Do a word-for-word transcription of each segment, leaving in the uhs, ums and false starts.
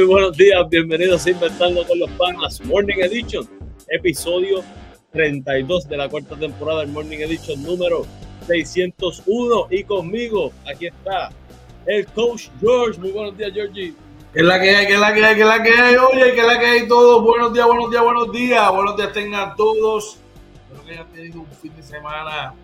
muy buenos días, bienvenidos a Inventando con los Panas, Morning Edition, episodio treinta y dos de la cuarta temporada del Morning Edition número seiscientos uno, y conmigo, aquí está el coach George. Muy buenos días, Georgie. ¿Qué es la que hay? ¿Qué es la que hay? ¿Qué es la que hay? Oye, ¿qué es la que hay todos? Buenos días, buenos días, buenos días. Buenos días tengan todos. Espero que hayan tenido un fin de semana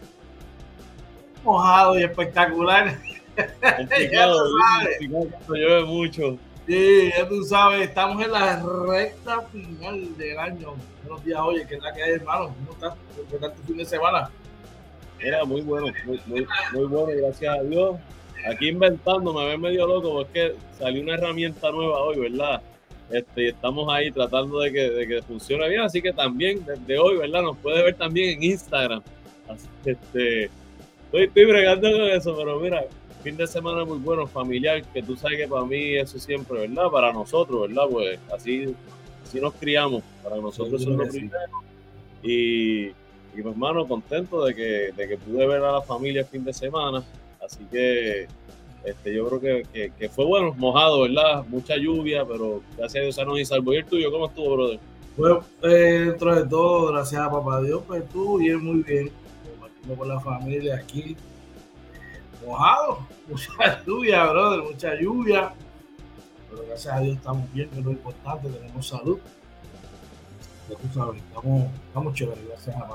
mojado y espectacular. Complicado, llueve mucho. Sí, ya tú sabes, estamos en la recta final del año. Buenos días, oye, ¿qué es la que hay, hermano? ¿Cómo estás? ¿Qué tal tu fin de semana? Era muy bueno, muy, muy, muy bueno, gracias a Dios. Aquí inventando, me ven medio loco porque salió una herramienta nueva hoy, ¿verdad? Este, estamos ahí tratando de que, de que funcione bien, así que también desde hoy, ¿verdad? Nos puedes ver también en Instagram. Así, este, estoy, estoy bregando con eso, pero mira, fin de semana muy bueno, familiar, que tú sabes que para mí eso siempre, ¿verdad? Para nosotros, ¿verdad? Pues así, así nos criamos, para nosotros son los primeros. Y, y pues, hermano, contento de que, de que pude ver a la familia el fin de semana. Así que este, yo creo que, que, que fue bueno, mojado, ¿verdad? Mucha lluvia, pero gracias a Dios se nos hizo salvo. ¿Y el tuyo cómo estuvo, brother? Bueno, eh, dentro de todo, gracias a papá Dios, pues estuvo bien, muy bien. Compartiendo con la familia aquí. Mojado, mucha lluvia, brother, mucha lluvia. Pero gracias a Dios estamos bien, que es lo importante, tenemos salud. Ya tú sabes, estamos, estamos chéveres, gracias a papá.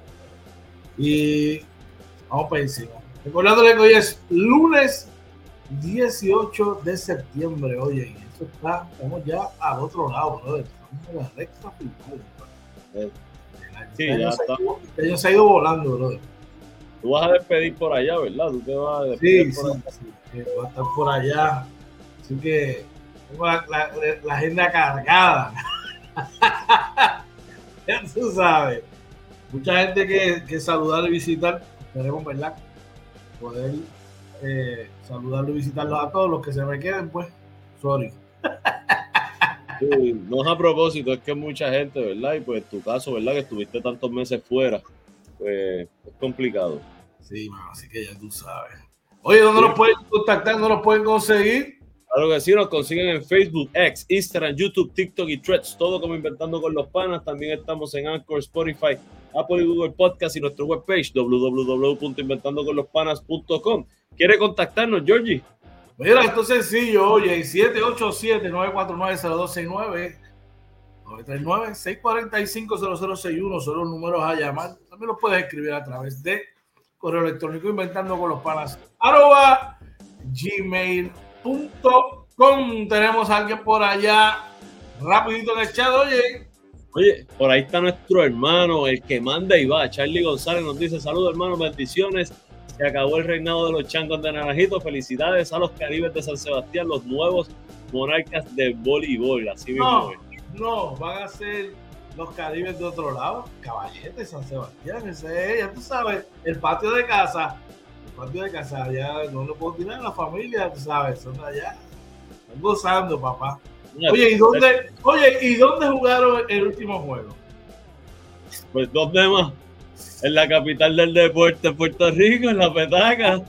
Y vamos para encima. Recordándole que hoy es lunes dieciocho de septiembre, oye, y eso está, estamos ya al otro lado, brother. Estamos en la recta final. Eh, sí, este, ya año está. ido, este año se ha ido volando, brother. Tú vas a despedir por allá, ¿verdad? Tú te vas a Sí, despedir por sí, allá. sí, sí, voy a estar por allá. Así que tengo la, la, la agenda cargada. Ya tú sabes. Mucha gente que, que saludar y visitar. Esperemos, ¿verdad? Poder eh, saludarlo y visitarlos a todos. Los que se me queden, pues, sorry. Sí, no es a propósito, es que mucha gente, ¿verdad? Y pues en tu caso, ¿verdad? Que estuviste tantos meses fuera, pues es complicado. Sí, mano, así que ya tú sabes. Oye, ¿dónde Sí. nos pueden contactar? ¿Dónde nos pueden conseguir? Claro que sí, nos consiguen en Facebook, X, Instagram, YouTube, TikTok y Threads, todo como Inventando con los Panas. También estamos en Anchor, Spotify, Apple y Google Podcast y nuestra webpage doble u doble u doble u punto inventando con los panas punto com. ¿Quiere contactarnos, Georgie? Mira, esto es sencillo, oye, siete ocho siete, nueve cuatro nueve, cero dos seis nueve, nueve tres nueve, seis cuatro cinco, cero cero seis uno son los números a llamar. También los puedes escribir a través de correo electrónico inventando con los panas arroba gmail punto com. Tenemos a alguien por allá rapidito en el chat, oye. Oye, por ahí está nuestro hermano, el que manda y va, Charlie González, nos dice: saludos, hermano, bendiciones. Se acabó el reinado de los changos de Naranjito. Felicidades a los Caribes de San Sebastián, los nuevos monarcas de voleibol. Así mismo. No, no, van a ser los Caribes de otro lado, Caballete, San Sebastián, ese es, ya tú sabes, el patio de casa, el patio de casa, ya no lo puedo tirar en la familia, tú sabes, son allá, están gozando, papá. Oye, ¿y dónde, oye, ¿y dónde jugaron el último juego? Pues ¿dónde más? En la capital del deporte, Puerto Rico, en la petaca.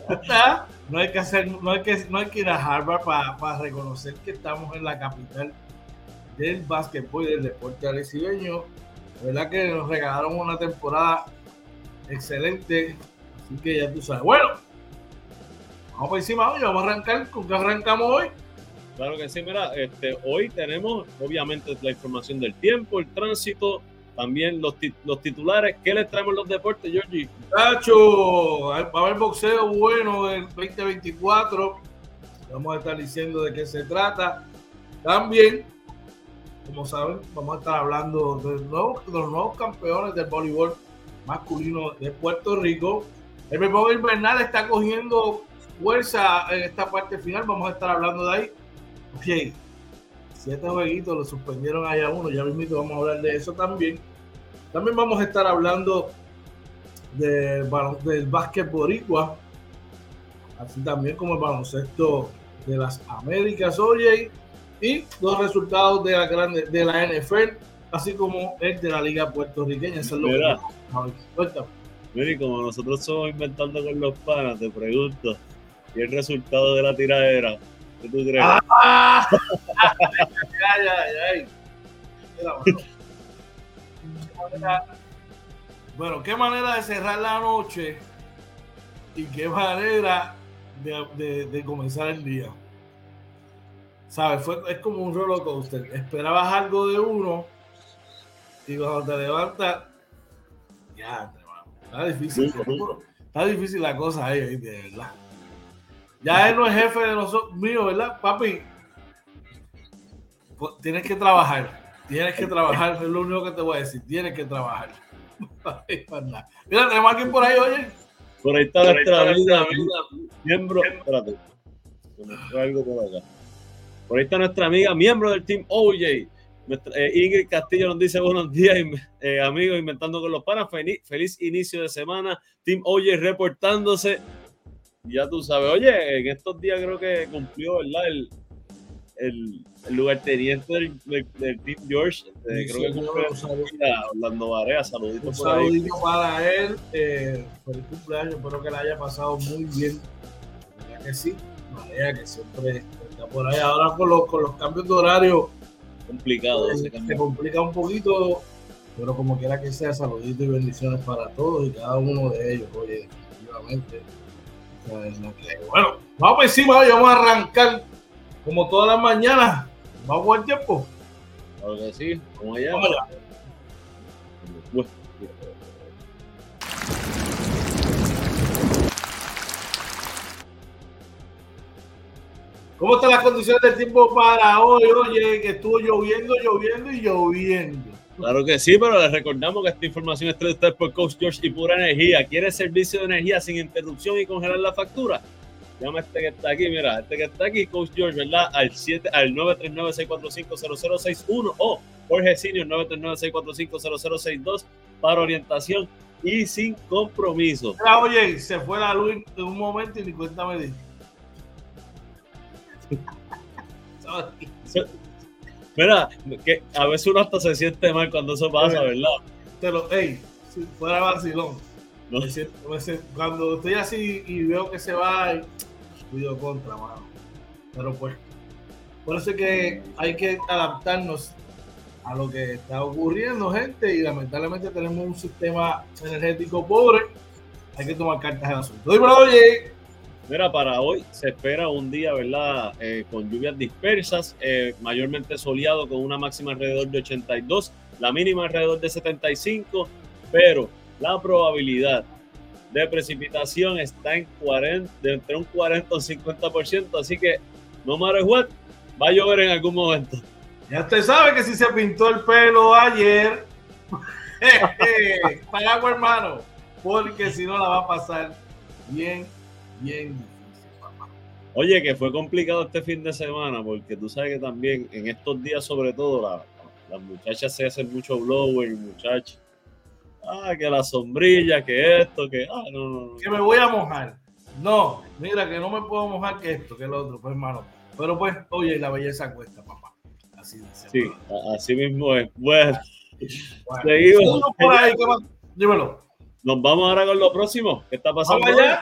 No hay que hacer, no hay que, no hay que ir a Harvard para, para reconocer que estamos en la capital del básquetbol y del deporte arecibeño. La verdad que nos regalaron una temporada excelente, así que ya tú sabes. Bueno, vamos por encima hoy, vamos a arrancar. ¿Con qué arrancamos hoy? Claro que sí, mira, este, hoy tenemos obviamente la información del tiempo, el tránsito, también los, tit- los titulares. ¿Qué les traemos los deportes, Georgie? Tacho, va a haber boxeo bueno del veinte veinticuatro. Vamos a estar diciendo de qué se trata. También, como saben, vamos a estar hablando de, nuevos, de los nuevos campeones del voleibol masculino de Puerto Rico. El béisbol invernal está cogiendo fuerza en esta parte final. Vamos a estar hablando de ahí. Ok, siete jueguitos lo suspendieron allá uno. Ya mismo vamos a hablar de eso también. También vamos a estar hablando de, del básquet boricua, así también como el baloncesto de las Américas, oye, y los resultados de la grande de la N F L, así como el de la Liga Puertorriqueña. Eso es lo Mira, que mira, y como nosotros somos Inventando con los Panas, te pregunto, ¿y el resultado de la tiradera? ¿Qué tú crees? ¡Ah! ay, ay, ay. Mira, bueno. ¿Qué manera, bueno, qué manera de cerrar la noche y qué manera de, de, de comenzar el día. ¿Sabes? Fue, es como un roller coaster. Esperabas algo de uno y cuando te levantas, ya, está difícil. Duro, Está difícil la cosa ahí, de verdad. Ya él no es jefe de nosotros, mío, ¿verdad, papi? Pues, tienes que trabajar. Tienes que trabajar, es lo único que te voy a decir. Tienes que trabajar. Mira, tenemos aquí por ahí, oye. Por ahí está nuestra amiga, miembro. Espérate. Algo por acá. Por ahí está nuestra amiga, miembro del Team O J. Nuestra, eh, Ingrid Castillo nos dice buenos días, eh, amigos, inventando con los panas. Feliz, feliz inicio de semana. Team O J reportándose. Ya tú sabes, oye, en estos días creo que cumplió, ¿verdad? El, el, el lugarteniente del, del, del Team George. Eh, sí, creo que cumplió Orlando Barea. Saluditos un por ahí. saludito para él. Eh, feliz cumpleaños. Espero que la haya pasado muy bien. ¿Verdad que sí? Barea, que siempre está por ahí. Ahora con los, con los cambios de horario. Complicado. Se, se complica un poquito. Pero como quiera que sea, saluditos y bendiciones para todos y cada uno de ellos. Oye, definitivamente. Bueno, vamos por encima, hoy vamos a arrancar como todas las mañanas. Vamos buen tiempo. Claro que sí, vamos allá. Vamos allá. Bueno. ¿Cómo están las condiciones del tiempo para hoy? Oye, que estuvo lloviendo, lloviendo y lloviendo. Claro que sí, pero les recordamos que esta información es traída ustedes por Coach George y Pura Energía. ¿Quieres servicio de energía sin interrupción y congelar la factura? Llama a este que está aquí, mira, este que está aquí, Coach George, ¿verdad? Al, siete, al nueve tres nueve, seis cuatro cinco, cero cero seis uno o Jorge Senior nueve tres nueve, seis cuatro cinco, cero cero seis dos para orientación y sin compromiso. Mira, oye, se fue la luz en un momento y ni cuenta me di. Mira, que a veces uno hasta se siente mal cuando eso pasa, ¿verdad? Te lo, ey, si fuera vacilón. No. Me siento, me siento, cuando estoy así y veo que se va, cuido contra, mano. Pero pues, por eso es que hay que adaptarnos a lo que está ocurriendo, gente, y lamentablemente tenemos un sistema energético pobre. Hay que tomar cartas en el asunto. Dímelo, oye. Mira, para hoy se espera un día, ¿verdad? Eh, con lluvias dispersas, eh, mayormente soleado con una máxima alrededor de ochenta y dos, la mínima alrededor de setenta y cinco, pero la probabilidad de precipitación está en cuarenta, de entre un cuarenta y un cincuenta por ciento, así que no matter what, va a llover en algún momento. Ya usted sabe que si se pintó el pelo ayer, para agua, hermano, porque si no la va a pasar bien. Bien difícil, papá. Oye, que fue complicado este fin de semana porque tú sabes que también en estos días, sobre todo, la, las muchachas se hacen mucho blower, muchachos. Ah, que la sombrilla, que esto, que. Ah, no, no, no. Que me voy a mojar. No, mira, que no me puedo mojar, que esto, que lo otro, pues, hermano. Pero pues, oye, la belleza cuesta, papá. Así dice. Sí, papá. Así mismo es. Bueno, bueno seguimos. Por ahí, ¿qué más? Dímelo. Nos vamos ahora con lo próximo. ¿Qué está pasando? Vamos allá.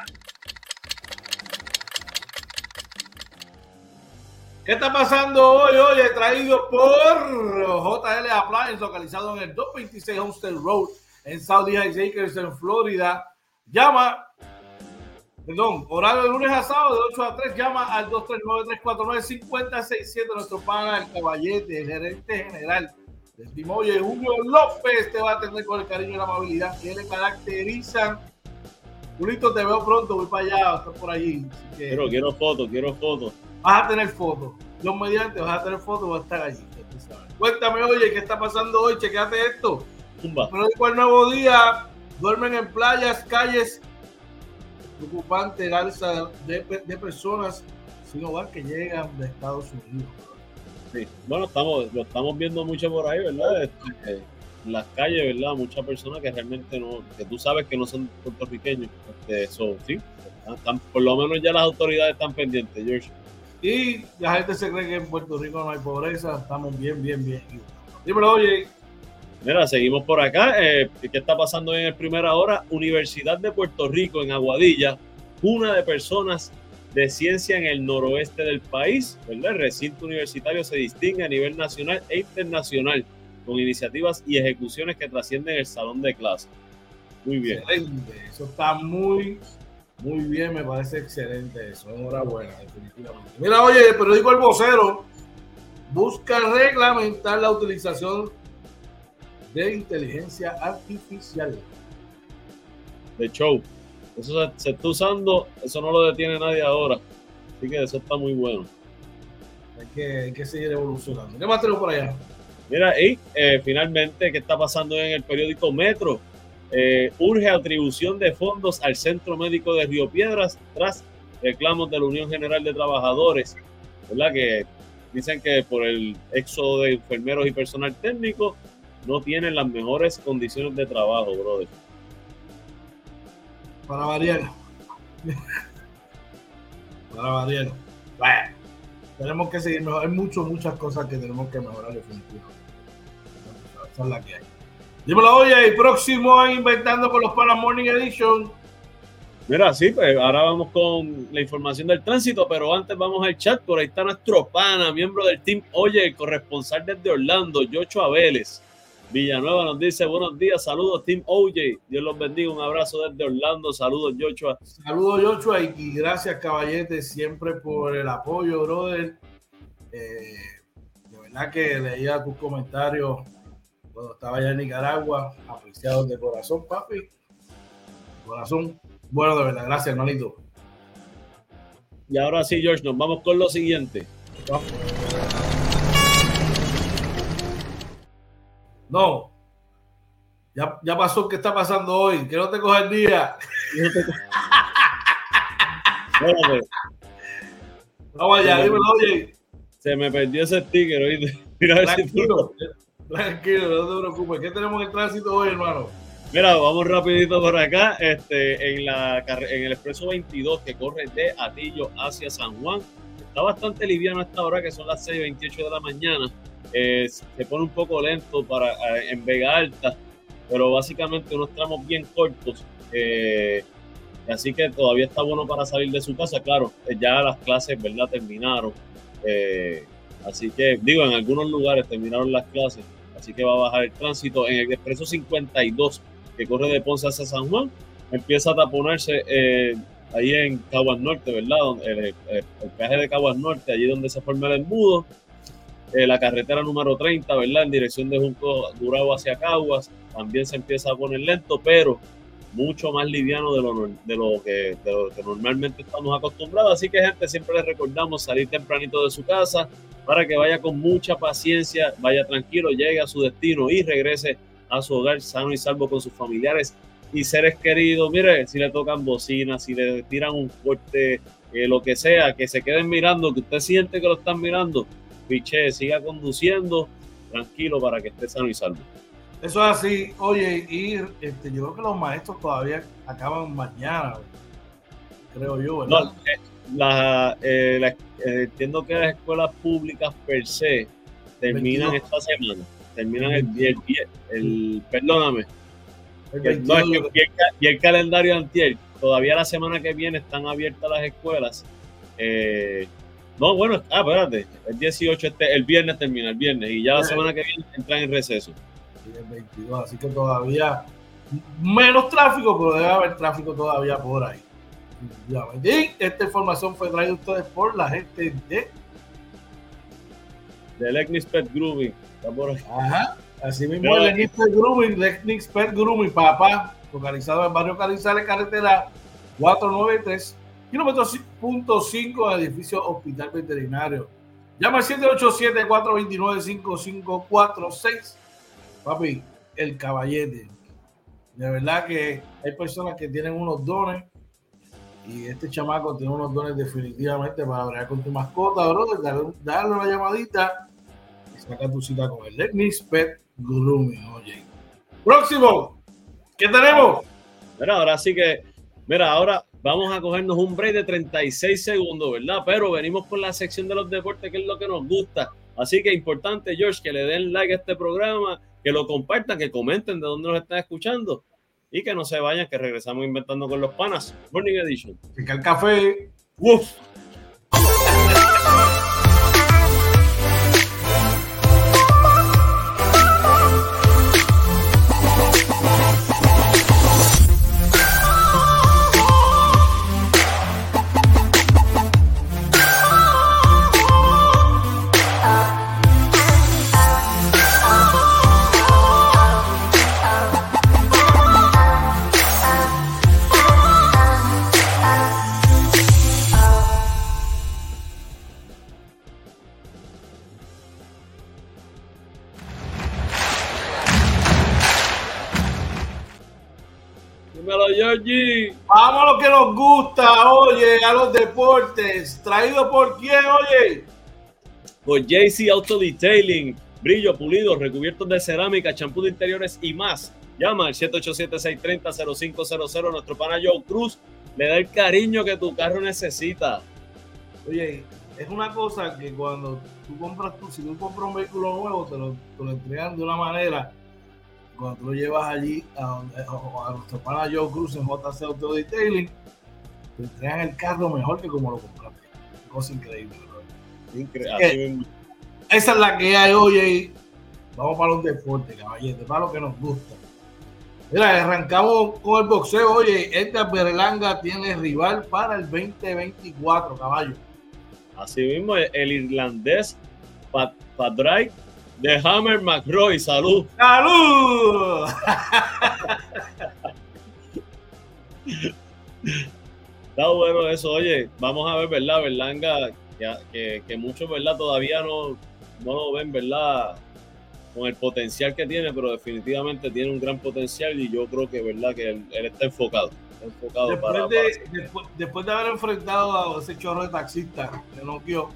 ¿Qué está pasando hoy? Hoy he traído por J L Appliance, localizado en el doscientos veintiséis Homestead Road, en South Heights Acres, en Florida. Llama, perdón, horario de lunes a sábado de ocho a tres, llama al dos tres nueve, tres cuatro nueve, cinco cero seis siete, nuestro pana, el caballete, el gerente general del Team O J, Julio López, te va a atender con el cariño y la amabilidad que le caracterizan. Julito, te veo pronto, voy para allá, estoy por allí. Así que... Quiero, quiero fotos, quiero fotos. Vas a tener fotos. Yo mediante vas a tener fotos, vas a estar allí. Cuéntame, oye, ¿qué está pasando hoy? Chequéate esto. Tumba. Periódico El Nuevo Día. Duermen en playas, calles. Preocupante el alza de, de personas sin hogar que llegan de Estados Unidos. Sí. Bueno, estamos, lo estamos viendo mucho por ahí, ¿verdad? Este, en las calles, ¿verdad? Muchas personas que realmente no, que tú sabes que no son puertorriqueños. Este, eso, sí. Están, por lo menos ya las autoridades están pendientes, George. Y la gente se cree que en Puerto Rico no hay pobreza. Estamos bien, bien, bien. Dímelo, oye. Mira, seguimos por acá. Eh, ¿Qué está pasando en el Primera Hora? Universidad de Puerto Rico, en Aguadilla. Una de personas de ciencia en el noroeste del país, ¿verdad? El recinto universitario se distingue a nivel nacional e internacional con iniciativas y ejecuciones que trascienden el salón de clase. Muy bien. Excelente, eso está muy, muy bien, me parece excelente eso. Enhorabuena, definitivamente. Mira, oye, el periódico El Vocero busca reglamentar la utilización de inteligencia artificial. De show. Eso se, se está usando, eso no lo detiene nadie ahora. Así que eso está muy bueno. Hay que, hay que seguir evolucionando. ¿Qué más tenemos por allá? Mira, y eh, finalmente, ¿qué está pasando en el periódico Metro? Eh, urge atribución de fondos al Centro Médico de Río Piedras tras reclamos de la Unión General de Trabajadores, ¿verdad? Que dicen que por el éxodo de enfermeros y personal técnico no tienen las mejores condiciones de trabajo, brother. Para variar. Para variar. Bueno, tenemos que seguir mejor. Hay muchas, muchas cosas que tenemos que mejorar definitivamente. Esa es la que hay. Dímelo, oye, y próximo a Inventando con los Panas Morning Edition. Mira, sí, pues ahora vamos con la información del tránsito, pero antes vamos al chat. Por ahí está nuestro pana, miembro del Team Oye, el corresponsal desde Orlando, Yochoa Vélez. Villanueva nos dice, buenos días, saludos Team O J, Dios los bendiga, un abrazo desde Orlando, saludos Yochoa. Saludos Yochoa y, y gracias Caballete siempre por el apoyo, brother. Eh, de verdad que leía tus comentarios cuando estaba allá en Nicaragua, apreciados de corazón, papi. Corazón, bueno, de verdad, gracias hermanito. Y ahora sí, George, nos vamos con lo siguiente. No, ya, ya pasó. ¿Qué está pasando hoy? Que no te coja el día. Bueno, vamos allá, dímelo, oye. Se me perdió ese sticker, oíste. Mira, tranquilo, si tú... tranquilo, no te preocupes. ¿Qué tenemos en el tránsito hoy, hermano? Mira, vamos rapidito por acá. Este, en, la, en el expreso veintidós que corre de Atillo hacia San Juan. Está bastante liviano a esta hora, que son las seis y veintiocho de la mañana. Eh, se pone un poco lento para eh, en Vega Alta, pero básicamente unos tramos bien cortos, eh, así que todavía está bueno para salir de su casa. Claro, ya las clases, ¿verdad?, terminaron, eh, así que digo, en algunos lugares terminaron las clases, así que va a bajar el tránsito. En el expreso cincuenta y dos que corre de Ponce hacia San Juan, empieza a taponarse eh, ahí en Caguas Norte, ¿verdad?, el, el, el peaje de Caguas Norte, allí donde se forma el embudo. Eh, la carretera número treinta, ¿verdad?, en dirección de Junco Gurabo hacia Caguas, también se empieza a poner lento, pero mucho más liviano de lo, de lo, que, de lo que normalmente estamos acostumbrados. Así que, gente, siempre les recordamos salir tempranito de su casa para que vaya con mucha paciencia, vaya tranquilo, llegue a su destino y regrese a su hogar sano y salvo con sus familiares y seres queridos. Mire, si le tocan bocinas, si le tiran un corte, eh, lo que sea, que se queden mirando, que usted siente que lo están mirando, piche, siga conduciendo tranquilo para que esté sano y salvo. Eso es así. Oye, y este, yo creo que los maestros todavía acaban mañana, creo yo, ¿verdad? No, eh, la, eh, la, eh, entiendo que las escuelas públicas per se terminan veintidós esta semana, terminan el, el, el, el perdóname, el no, es que, y, el, y el calendario antier, todavía la semana que viene están abiertas las escuelas. eh, No, bueno, ah, espérate, el dieciocho, este, el viernes termina, el viernes, y ya la semana que viene entran en receso. Sí, el veintidós, así que todavía menos tráfico, pero debe haber tráfico todavía por ahí. Y esta información fue traída a ustedes por la gente de... De Lexnis Pet Grooming. Está por aquí. Ajá, así mismo el Lexnis Pet Grooming, Lexnis Pet Grooming, papá, localizado en Barrio Carizales, carretera cuatrocientos noventa y tres. Kilómetros punto cinco del edificio Hospital Veterinario. Llama al siete ocho siete, cuatro dos nueve, cinco cinco cuatro seis. Papi, el Caballete. De verdad que hay personas que tienen unos dones y este chamaco tiene unos dones definitivamente para bregar con tu mascota, brother. Dale, dale una llamadita y saca tu cita con el Lexnis Pet Grooming. Oye. Próximo. ¿Qué tenemos? Mira, ahora sí que, mira, ahora vamos a cogernos un break de treinta y seis segundos, ¿verdad? Pero venimos con la sección de los deportes, que es lo que nos gusta. Así que importante, George, que le den like a este programa, que lo compartan, que comenten de dónde nos están escuchando y que no se vayan, que regresamos Inventando con los Panas. Morning Edition. Pica el café. Uf. Dímelo, Georgie. Vamos a lo que nos gusta, oye, a los deportes. ¿Traído por quién, oye? Por J C Auto Detailing. Brillo, pulido, recubiertos de cerámica, champú de interiores y más. Llama al siete ocho siete, seis tres cero, cero cinco cero cero. Nuestro pana Joe Cruz le da el cariño que tu carro necesita. Oye, es una cosa que cuando tú compras, tú, si tú compras un vehículo nuevo, te lo, te lo entregan de una manera. Cuando tú lo llevas allí a, a, a nuestro pana Joe Cruz en J C Auto Detailing, te entregan el carro mejor que como lo compraste. Cosa increíble, bro. Increíble. Esa es la que hay, oye. Vamos para los deportes, caballete, para lo que nos gusta. Mira, arrancamos con el boxeo. Oye, Edgar Berlanga tiene rival para el veinte veinticuatro, caballo. Así mismo, el, el irlandés Pat, Padraig de Hammer McRoy. ¡Salud! ¡Salud! Está bueno eso. Oye, vamos a ver, ¿verdad? Berlanga, que, que, que muchos, ¿verdad? Todavía no, no lo ven, ¿verdad? Con el potencial que tiene, pero definitivamente tiene un gran potencial y yo creo que, ¿verdad? Que él, él está enfocado. Está enfocado después, para, de, para... Después, después de haber enfrentado a ese chorro de taxista que no dio,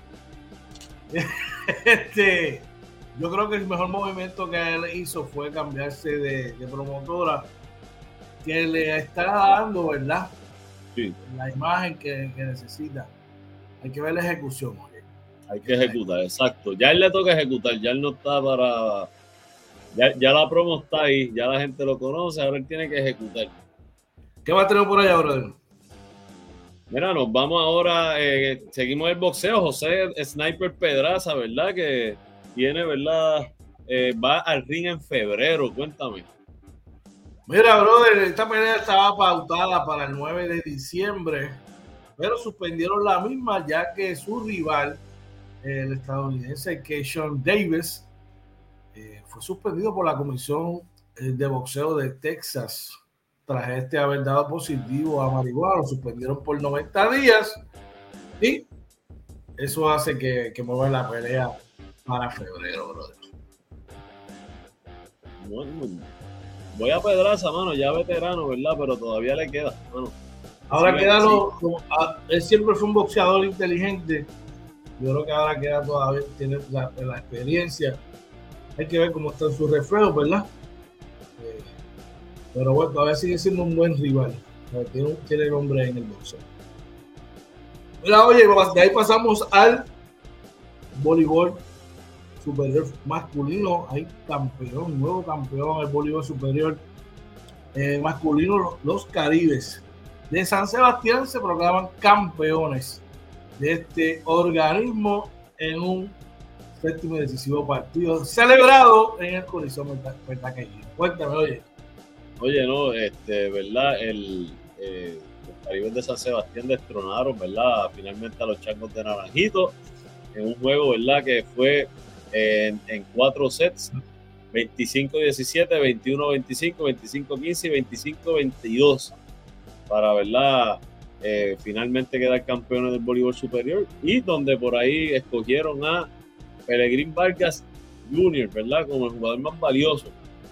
este, yo creo que el mejor movimiento que él hizo fue cambiarse de, de promotora, que le está dando, ¿verdad? Sí. La imagen que, que necesita. Hay que ver la ejecución, oye. Hay que ejecutar, exacto. Ya él le toca ejecutar, ya él no está para... Ya, ya la promo está ahí, ya la gente lo conoce, ahora él tiene que ejecutar. ¿Qué va a tener por allá, brother? Mira, nos vamos ahora, eh, seguimos el boxeo. José Sniper Pedraza, ¿verdad? Que tiene, ¿verdad? Eh, va al ring en febrero, cuéntame. Mira, brother, esta pelea estaba pautada para el nueve de diciembre, pero suspendieron la misma ya que su rival, el estadounidense Keyshawn Davis, eh, fue suspendido por la Comisión de Boxeo de Texas tras este haber dado positivo a marihuana. Lo suspendieron por noventa días y eso hace que, que muevan la pelea para febrero, brother. Bueno, voy a Pedraza, mano, ya veterano, ¿verdad? Pero todavía le queda, mano. Ahora sí, queda sí. lo, lo, a, él siempre fue un boxeador inteligente. Yo creo que ahora queda todavía, tiene la, la experiencia. Hay que ver cómo están sus reflejos, ¿verdad? Eh, pero bueno, todavía sigue siendo un buen rival. Tiene, tiene nombre en el boxeo. Mira, oye, de ahí pasamos al voleibol superior masculino. Hay campeón, nuevo campeón del voleibol superior eh, masculino. Los, los Caribes de San Sebastián se proclaman campeones de este organismo en un séptimo y decisivo partido celebrado en el Coliseo Petaqueño. Cuéntame, oye. Oye, no, este, ¿verdad? El, eh, los Caribes de San Sebastián destronaron, ¿verdad? Finalmente a los Changos de Naranjito en un juego, ¿verdad? Que fue en, en cuatro sets, veinticinco diecisiete, veintiuno veinticinco, veinticinco quince y veinticinco veintidós para, ¿verdad? Eh, finalmente quedar campeones del voleibol superior y donde por ahí escogieron a Pelegrín Vargas junior, ¿verdad? Como el jugador más valioso.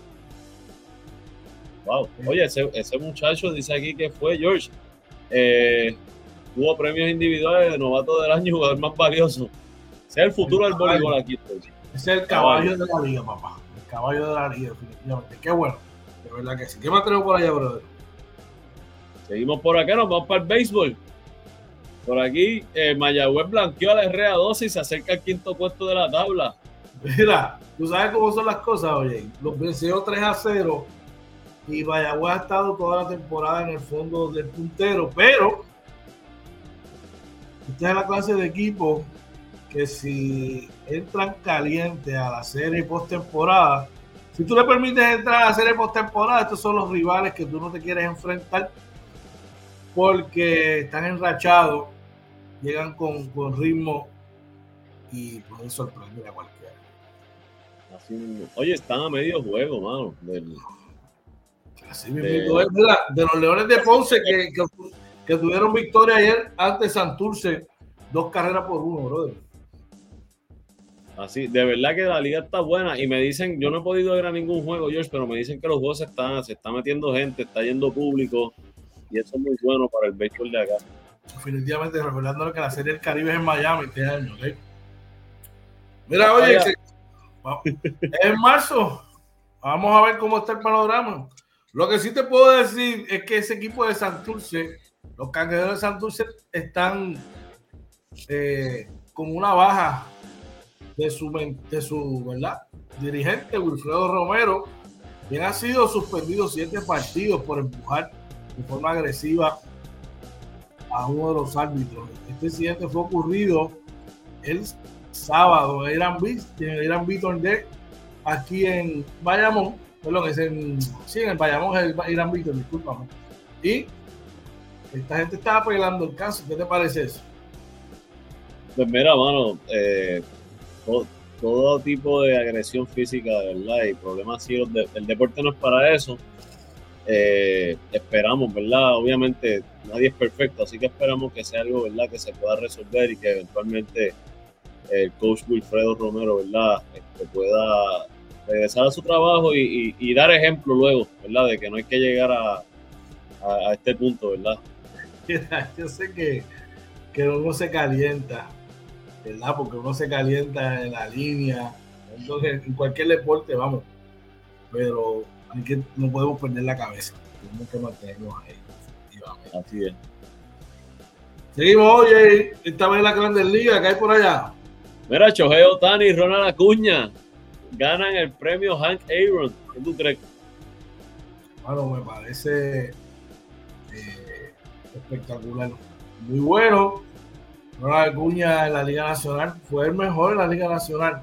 Wow. Oye, ese, ese muchacho dice aquí que fue George. Eh, tuvo premios individuales de novato del año, jugador más valioso. Ese es el futuro el del voleibol aquí. Ese es el caballo, caballo de la liga, papá. El caballo de la liga, definitivamente. Qué bueno. De verdad que sí. ¿Qué más tenemos por allá, brother? Seguimos por acá, nos vamos para el béisbol. Por aquí, eh, Mayagüez blanqueó a la R A doce y se acerca al quinto puesto de la tabla. Mira, tú sabes cómo son las cosas, oye. Los venció tres a cero y Mayagüez ha estado toda la temporada en el fondo del puntero, pero Esta es la clase de equipo que si entran calientes a la serie postemporada, si tú le permites entrar a la serie postemporada, estos son los rivales que tú no te quieres enfrentar porque están enrachados, llegan con, con ritmo y pueden sorprender a cualquiera. Así, oye, están a medio juego, mano. Del, Así mismo, de, de, de los Leones de Ponce que, que, que tuvieron victoria ayer ante Santurce, dos carreras por uno, brother. Así, de verdad que la liga está buena y me dicen, yo no he podido ir a ningún juego, George, pero me dicen que los juegos se están, se está metiendo gente, está yendo público y eso es muy bueno para el béisbol de acá. Definitivamente, recordándole que la Serie del Caribe es en Miami este año, ¿ok? Mira, oye, es en marzo, vamos a ver cómo está el panorama. Lo que sí te puedo decir es que ese equipo de Santurce, los Cangrejeros de Santurce están eh, con una baja de su, de su ¿verdad? dirigente Wilfredo Romero, quien ha sido suspendido siete partidos por empujar de forma agresiva a uno de los árbitros. Este incidente fue ocurrido el sábado en Irán Beaton de aquí en Bayamón, perdón, es en, sí, en el Bayamón es el Irán Beaton, discúlpame. Y esta gente está apelando el caso. ¿Qué te parece eso? Pues mira, mano, eh, todo, todo tipo de agresión física, de verdad, y problemas así, de, el deporte no es para eso. Eh, esperamos, ¿verdad? Obviamente nadie es perfecto, así que esperamos que sea algo, ¿verdad?, que se pueda resolver y que eventualmente el coach Wilfredo Romero, ¿verdad?, este, pueda regresar a su trabajo y, y, y dar ejemplo luego, ¿verdad?, de que no hay que llegar a, a, a este punto, ¿verdad? Yo sé que, que uno se calienta, ¿verdad? Porque uno se calienta en la línea, entonces en cualquier deporte, vamos, pero hay que, no podemos perder la cabeza, tenemos que mantenernos ahí. Así es. Seguimos, oye, esta vez en la Grandes Ligas, que hay por allá. Mira, Shohei Ohtani y Ronald Acuña ganan el premio Hank Aaron. ¿Qué tú crees? Bueno, me parece eh, espectacular. Muy bueno. Ronald Acuña en la Liga Nacional fue el mejor en la Liga Nacional.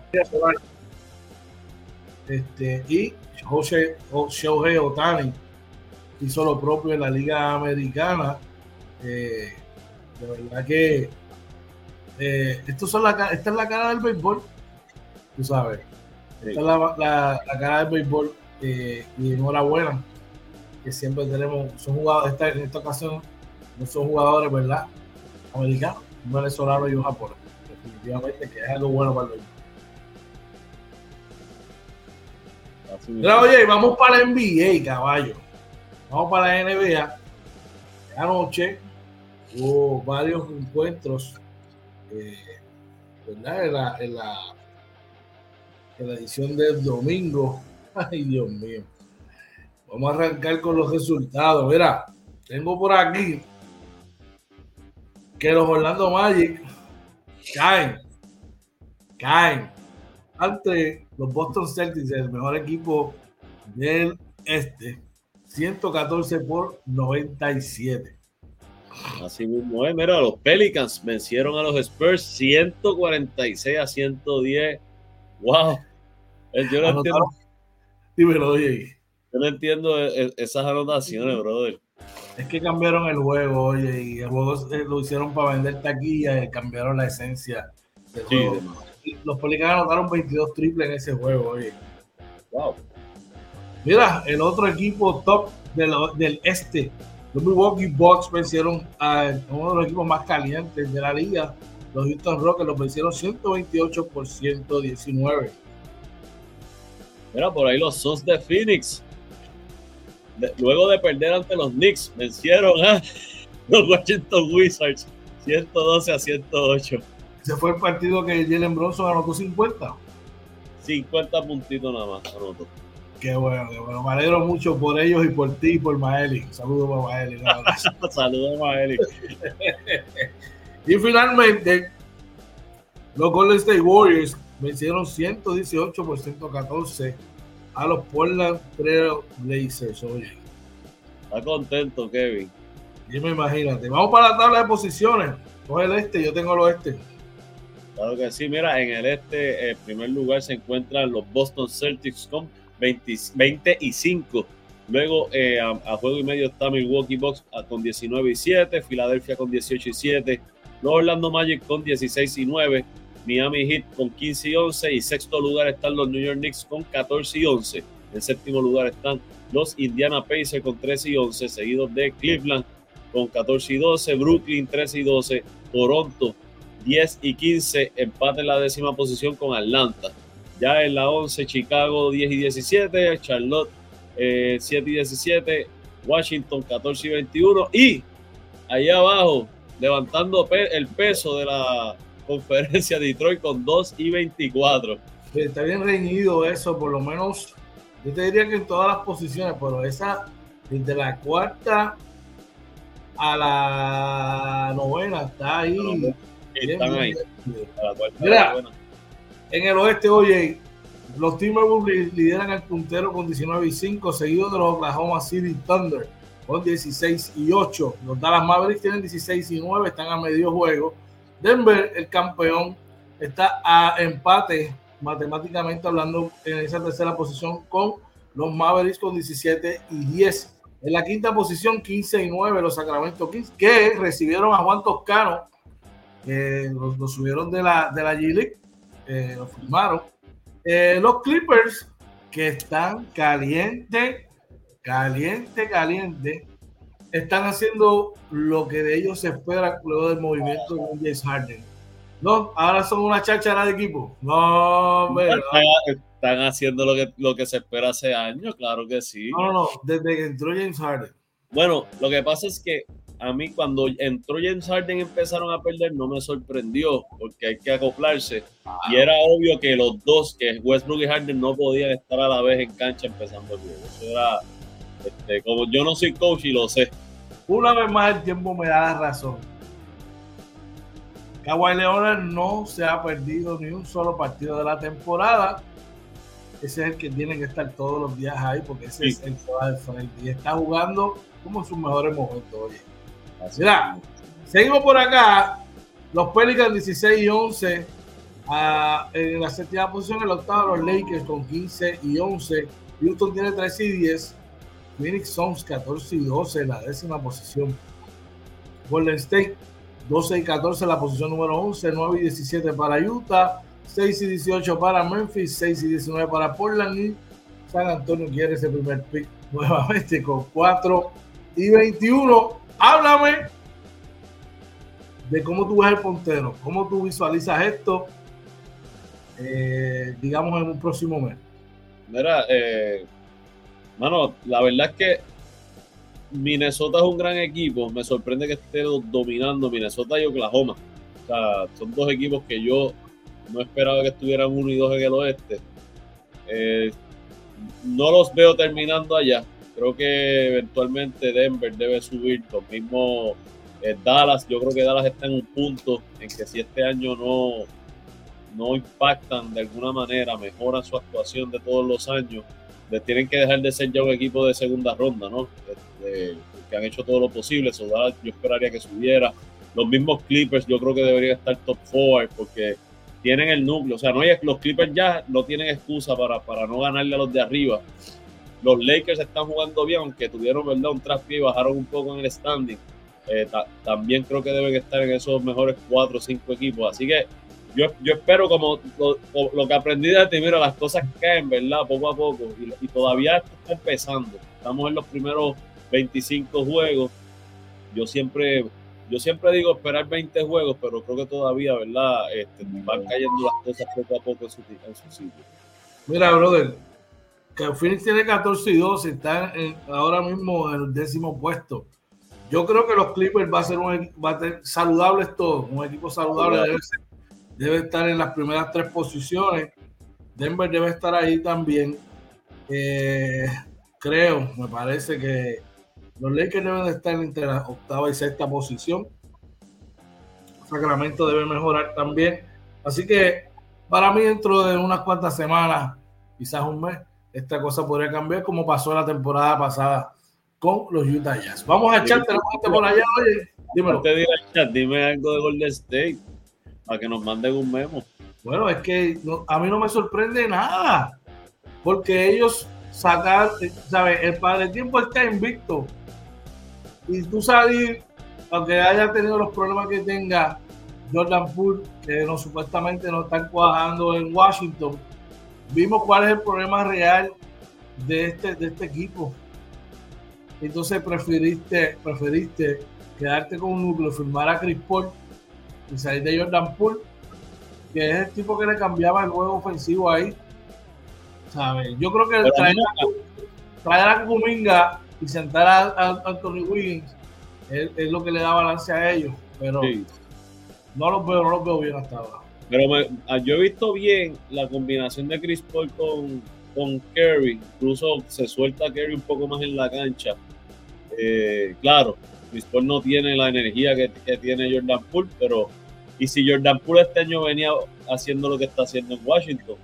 Este, y Jose, Shohei Ohtani hizo lo propio en la Liga Americana. Eh, de verdad que eh, estos son la, esta es la cara del béisbol, tú sabes. Sí. Esta es la, la, la cara del béisbol eh, y enhorabuena que siempre tenemos, son jugadores, esta, en esta ocasión no son jugadores, ¿verdad?, americanos, un venezolano y un japonés, definitivamente que es algo bueno para el béisbol. Mira, oye, vamos para la N B A, caballo. Vamos para la N B A. Anoche hubo varios encuentros, eh, ¿verdad? En la, en, la, en la edición del domingo. Ay, Dios mío. Vamos a arrancar con los resultados. Mira, tengo por aquí que los Orlando Magic caen, caen ante los Boston Celtics, el mejor equipo del este, ciento catorce por noventa y siete. Así mismo es. Mira, los Pelicans vencieron a los Spurs ciento cuarenta y seis a ciento diez. Wow. Yo no entiendo. Dímelo, oye. Yo no entiendo esas anotaciones, brother. Es que cambiaron el juego, oye, y el juego lo hicieron para vender taquilla y cambiaron la esencia del sí, juego. De Los Pelicans anotaron veintidós triples en ese juego, oye. Wow. Mira, el otro equipo top de lo, del este, los Milwaukee Bucks vencieron a uno de los equipos más calientes de la liga, los Houston Rockets, los vencieron ciento veintiocho por ciento diecinueve. Mira, por ahí los Suns de Phoenix, de, luego de perder ante los Knicks, vencieron a los Washington Wizards ciento doce a ciento ocho. Ese fue el partido que Jalen Brunson anotó cincuenta. cincuenta puntitos nada más anotó. Qué bueno, qué bueno. Me alegro mucho por ellos y por ti y por Maeli. Saludos para Maeli. Saludos a Maeli. Y finalmente, los Golden State Warriors vencieron ciento dieciocho por ciento catorce a los Portland Trail Blazers. Oye. Está contento, Kevin. Dime, imagínate. Vamos para la tabla de posiciones. Coge el este, yo tengo el oeste. Claro que sí, mira, en el este, en primer lugar se encuentran los Boston Celtics con veinte, veinte y cinco. Luego eh, a, a juego y medio está Milwaukee Bucks con diecinueve y siete, Filadelfia con dieciocho y siete, los Orlando Magic con dieciséis y nueve, Miami Heat con quince y once, y sexto lugar están los New York Knicks con catorce y once. En séptimo lugar están los Indiana Pacers con trece y once, seguidos de Cleveland con catorce y doce, Brooklyn trece y doce, Toronto diez y quince, empate en la décima posición con Atlanta. Ya en la once, Chicago diez y diecisiete, Charlotte eh, siete y diecisiete, Washington catorce y veintiuno, y allá abajo, levantando pe- el peso de la conferencia, Detroit con dos y veinticuatro. Está bien reñido eso, por lo menos, yo te diría que en todas las posiciones, pero esa, desde la cuarta a la novena, está ahí. No, no, están bien, ahí. Bien. Mira, en el oeste, oye, los Timberwolves lideran el puntero con diecinueve y cinco, seguido de los Oklahoma City Thunder con dieciséis y ocho. Los Dallas Mavericks tienen dieciséis y nueve, están a medio juego. Denver, el campeón, está a empate, matemáticamente hablando, en esa tercera posición con los Mavericks con diecisiete y diez. En la quinta posición, quince y nueve, los Sacramento Kings, que recibieron a Juan Toscano, eh, los, los subieron de la, de la G-League, eh, lo firmaron. Eh, los Clippers, que están caliente, caliente, caliente, están haciendo lo que de ellos se espera luego del movimiento de James Harden. No, ahora son una cháchara de equipo. No, hombre, no. Están haciendo lo que, lo que se espera hace años, claro que sí. No, no, no, desde que entró James Harden. Bueno, lo que pasa es que a mí cuando entró James Harden empezaron a perder, no me sorprendió, porque hay que acoplarse. Ah. Y era obvio que los dos, que Westbrook y Harden, no podían estar a la vez en cancha empezando el juego. Eso era, este, como yo no soy coach y lo sé. Una vez más el tiempo me da la razón. Kawhi Leonard no se ha perdido ni un solo partido de la temporada. Ese es el que tiene que estar todos los días ahí, porque ese sí. es el que va de frente y está jugando como en sus mejores momentos. Oye, mira, seguimos por acá. Los Pelicans dieciséis y once, uh, en la séptima posición. En la octava, los Lakers con quince y once. Houston tiene trece y diez. Phoenix Suns catorce y doce en la décima posición. Golden State doce y catorce en la posición número once. nueve y diecisiete para Utah. seis y dieciocho para Memphis, seis y diecinueve para Portland, y San Antonio quiere ese primer pick nuevamente con cuatro y veintiuno. Háblame de cómo tú ves el puntero, cómo tú visualizas esto, eh, digamos, en un próximo mes. Mira, eh, mano, la verdad es que Minnesota es un gran equipo. Me sorprende que esté dominando Minnesota y Oklahoma. O sea, son dos equipos que yo no esperaba que estuvieran uno y dos en el oeste. Eh, no los veo terminando allá. Creo que eventualmente Denver debe subir. Los mismos eh, Dallas. Yo creo que Dallas está en un punto en que si este año no, no impactan de alguna manera, mejoran su actuación de todos los años, les tienen que dejar de ser ya un equipo de segunda ronda, ¿no? Este, que han hecho todo lo posible. So, Dallas, yo esperaría que subiera. Los mismos Clippers, yo creo que deberían estar top four porque tienen el núcleo. O sea, no hay, los Clippers ya no tienen excusa para, para no ganarle a los de arriba. Los Lakers están jugando bien, aunque tuvieron, ¿verdad?, un traspié y bajaron un poco en el standing. Eh, ta, también creo que deben estar en esos mejores cuatro o cinco equipos. Así que yo, yo espero, como lo, lo que aprendí de ti, mira, las cosas caen, ¿verdad?, poco a poco. Y, y todavía esto está empezando. Estamos en los primeros veinticinco juegos. Yo siempre... Yo siempre digo esperar veinte juegos, pero creo que todavía, ¿verdad?, este, van cayendo las cosas poco a poco en su, en su sitio. Mira, brother, que Phoenix tiene catorce y doce, está en, ahora mismo en el décimo puesto. Yo creo que los Clippers va a ser un va a tener saludables todos, un equipo saludable debe, ser, debe estar en las primeras tres posiciones. Denver debe estar ahí también. Eh, creo, me parece que los Lakers deben de estar entre la octava y sexta posición. Sacramento debe mejorar también. Así que para mí, dentro de unas cuantas semanas, quizás un mes, esta cosa podría cambiar, como pasó la temporada pasada con los Utah Jazz. Vamos a echar, tenemos gente por allá, oye. Dímelo. Antes de ir al chat, dime algo de Golden State para que nos manden un memo. Bueno, es que no, a mí no me sorprende nada, porque ellos sacar, ¿sabes? El padre tiempo está invicto. Y tú salir, aunque haya tenido los problemas que tenga Jordan Poole, que no, supuestamente no están cuajando en Washington, vimos cuál es el problema real de este, de este equipo. Entonces preferiste, preferiste quedarte con un núcleo, firmar a Chris Paul y salir de Jordan Poole, que es el tipo que le cambiaba el juego ofensivo ahí. ¿Sabes? Yo creo que el traer, a, traer a Kuminga y sentar a, a Anthony Wiggins es, es lo que le da balance a ellos, pero sí. no los veo, no los veo bien hasta ahora. Pero me, yo he visto bien la combinación de Chris Paul con, con Curry, incluso se suelta Curry un poco más en la cancha. Eh, claro, Chris Paul no tiene la energía que, que tiene Jordan Poole, pero y si Jordan Poole este año venía haciendo lo que está haciendo en Washington.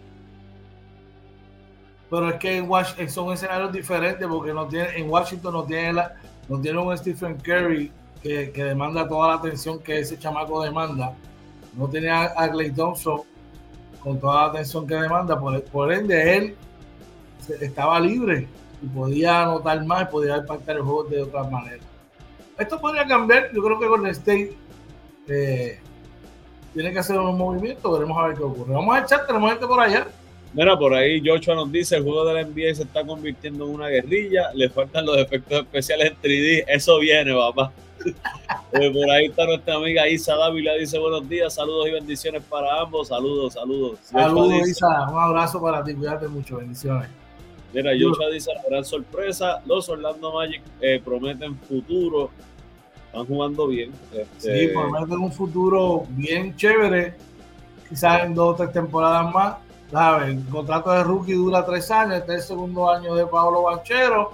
Pero es que en Washington son escenarios diferentes porque no tiene, en Washington no tiene, la, no tiene un Stephen Curry que, que demanda toda la atención que ese chamaco demanda. No tenía a Klay Thompson con toda la atención que demanda. Por, por ende, él estaba libre y podía anotar más, podía impactar el juego de otras maneras. Esto podría cambiar. Yo creo que Golden State eh, tiene que hacer un movimiento. Veremos a ver qué ocurre. Vamos a echar, tenemos gente por allá. Mira, por ahí Joshua nos dice, el juego de la N B A se está convirtiendo en una guerrilla, le faltan los efectos especiales en tres D, eso viene, papá. eh, por ahí está nuestra amiga Isa Dávila, dice buenos días, saludos y bendiciones para ambos, saludos, saludos. Saludos dice, Isa, un abrazo para ti, cuídate mucho, bendiciones. Mira, Joshua dice, la gran sorpresa, los Orlando Magic eh, prometen futuro, están jugando bien. Este... Sí, prometen un futuro bien chévere, quizás en dos o tres temporadas más. ¿Sabes? El contrato de rookie dura tres años, este es el segundo año de Pablo Banchero.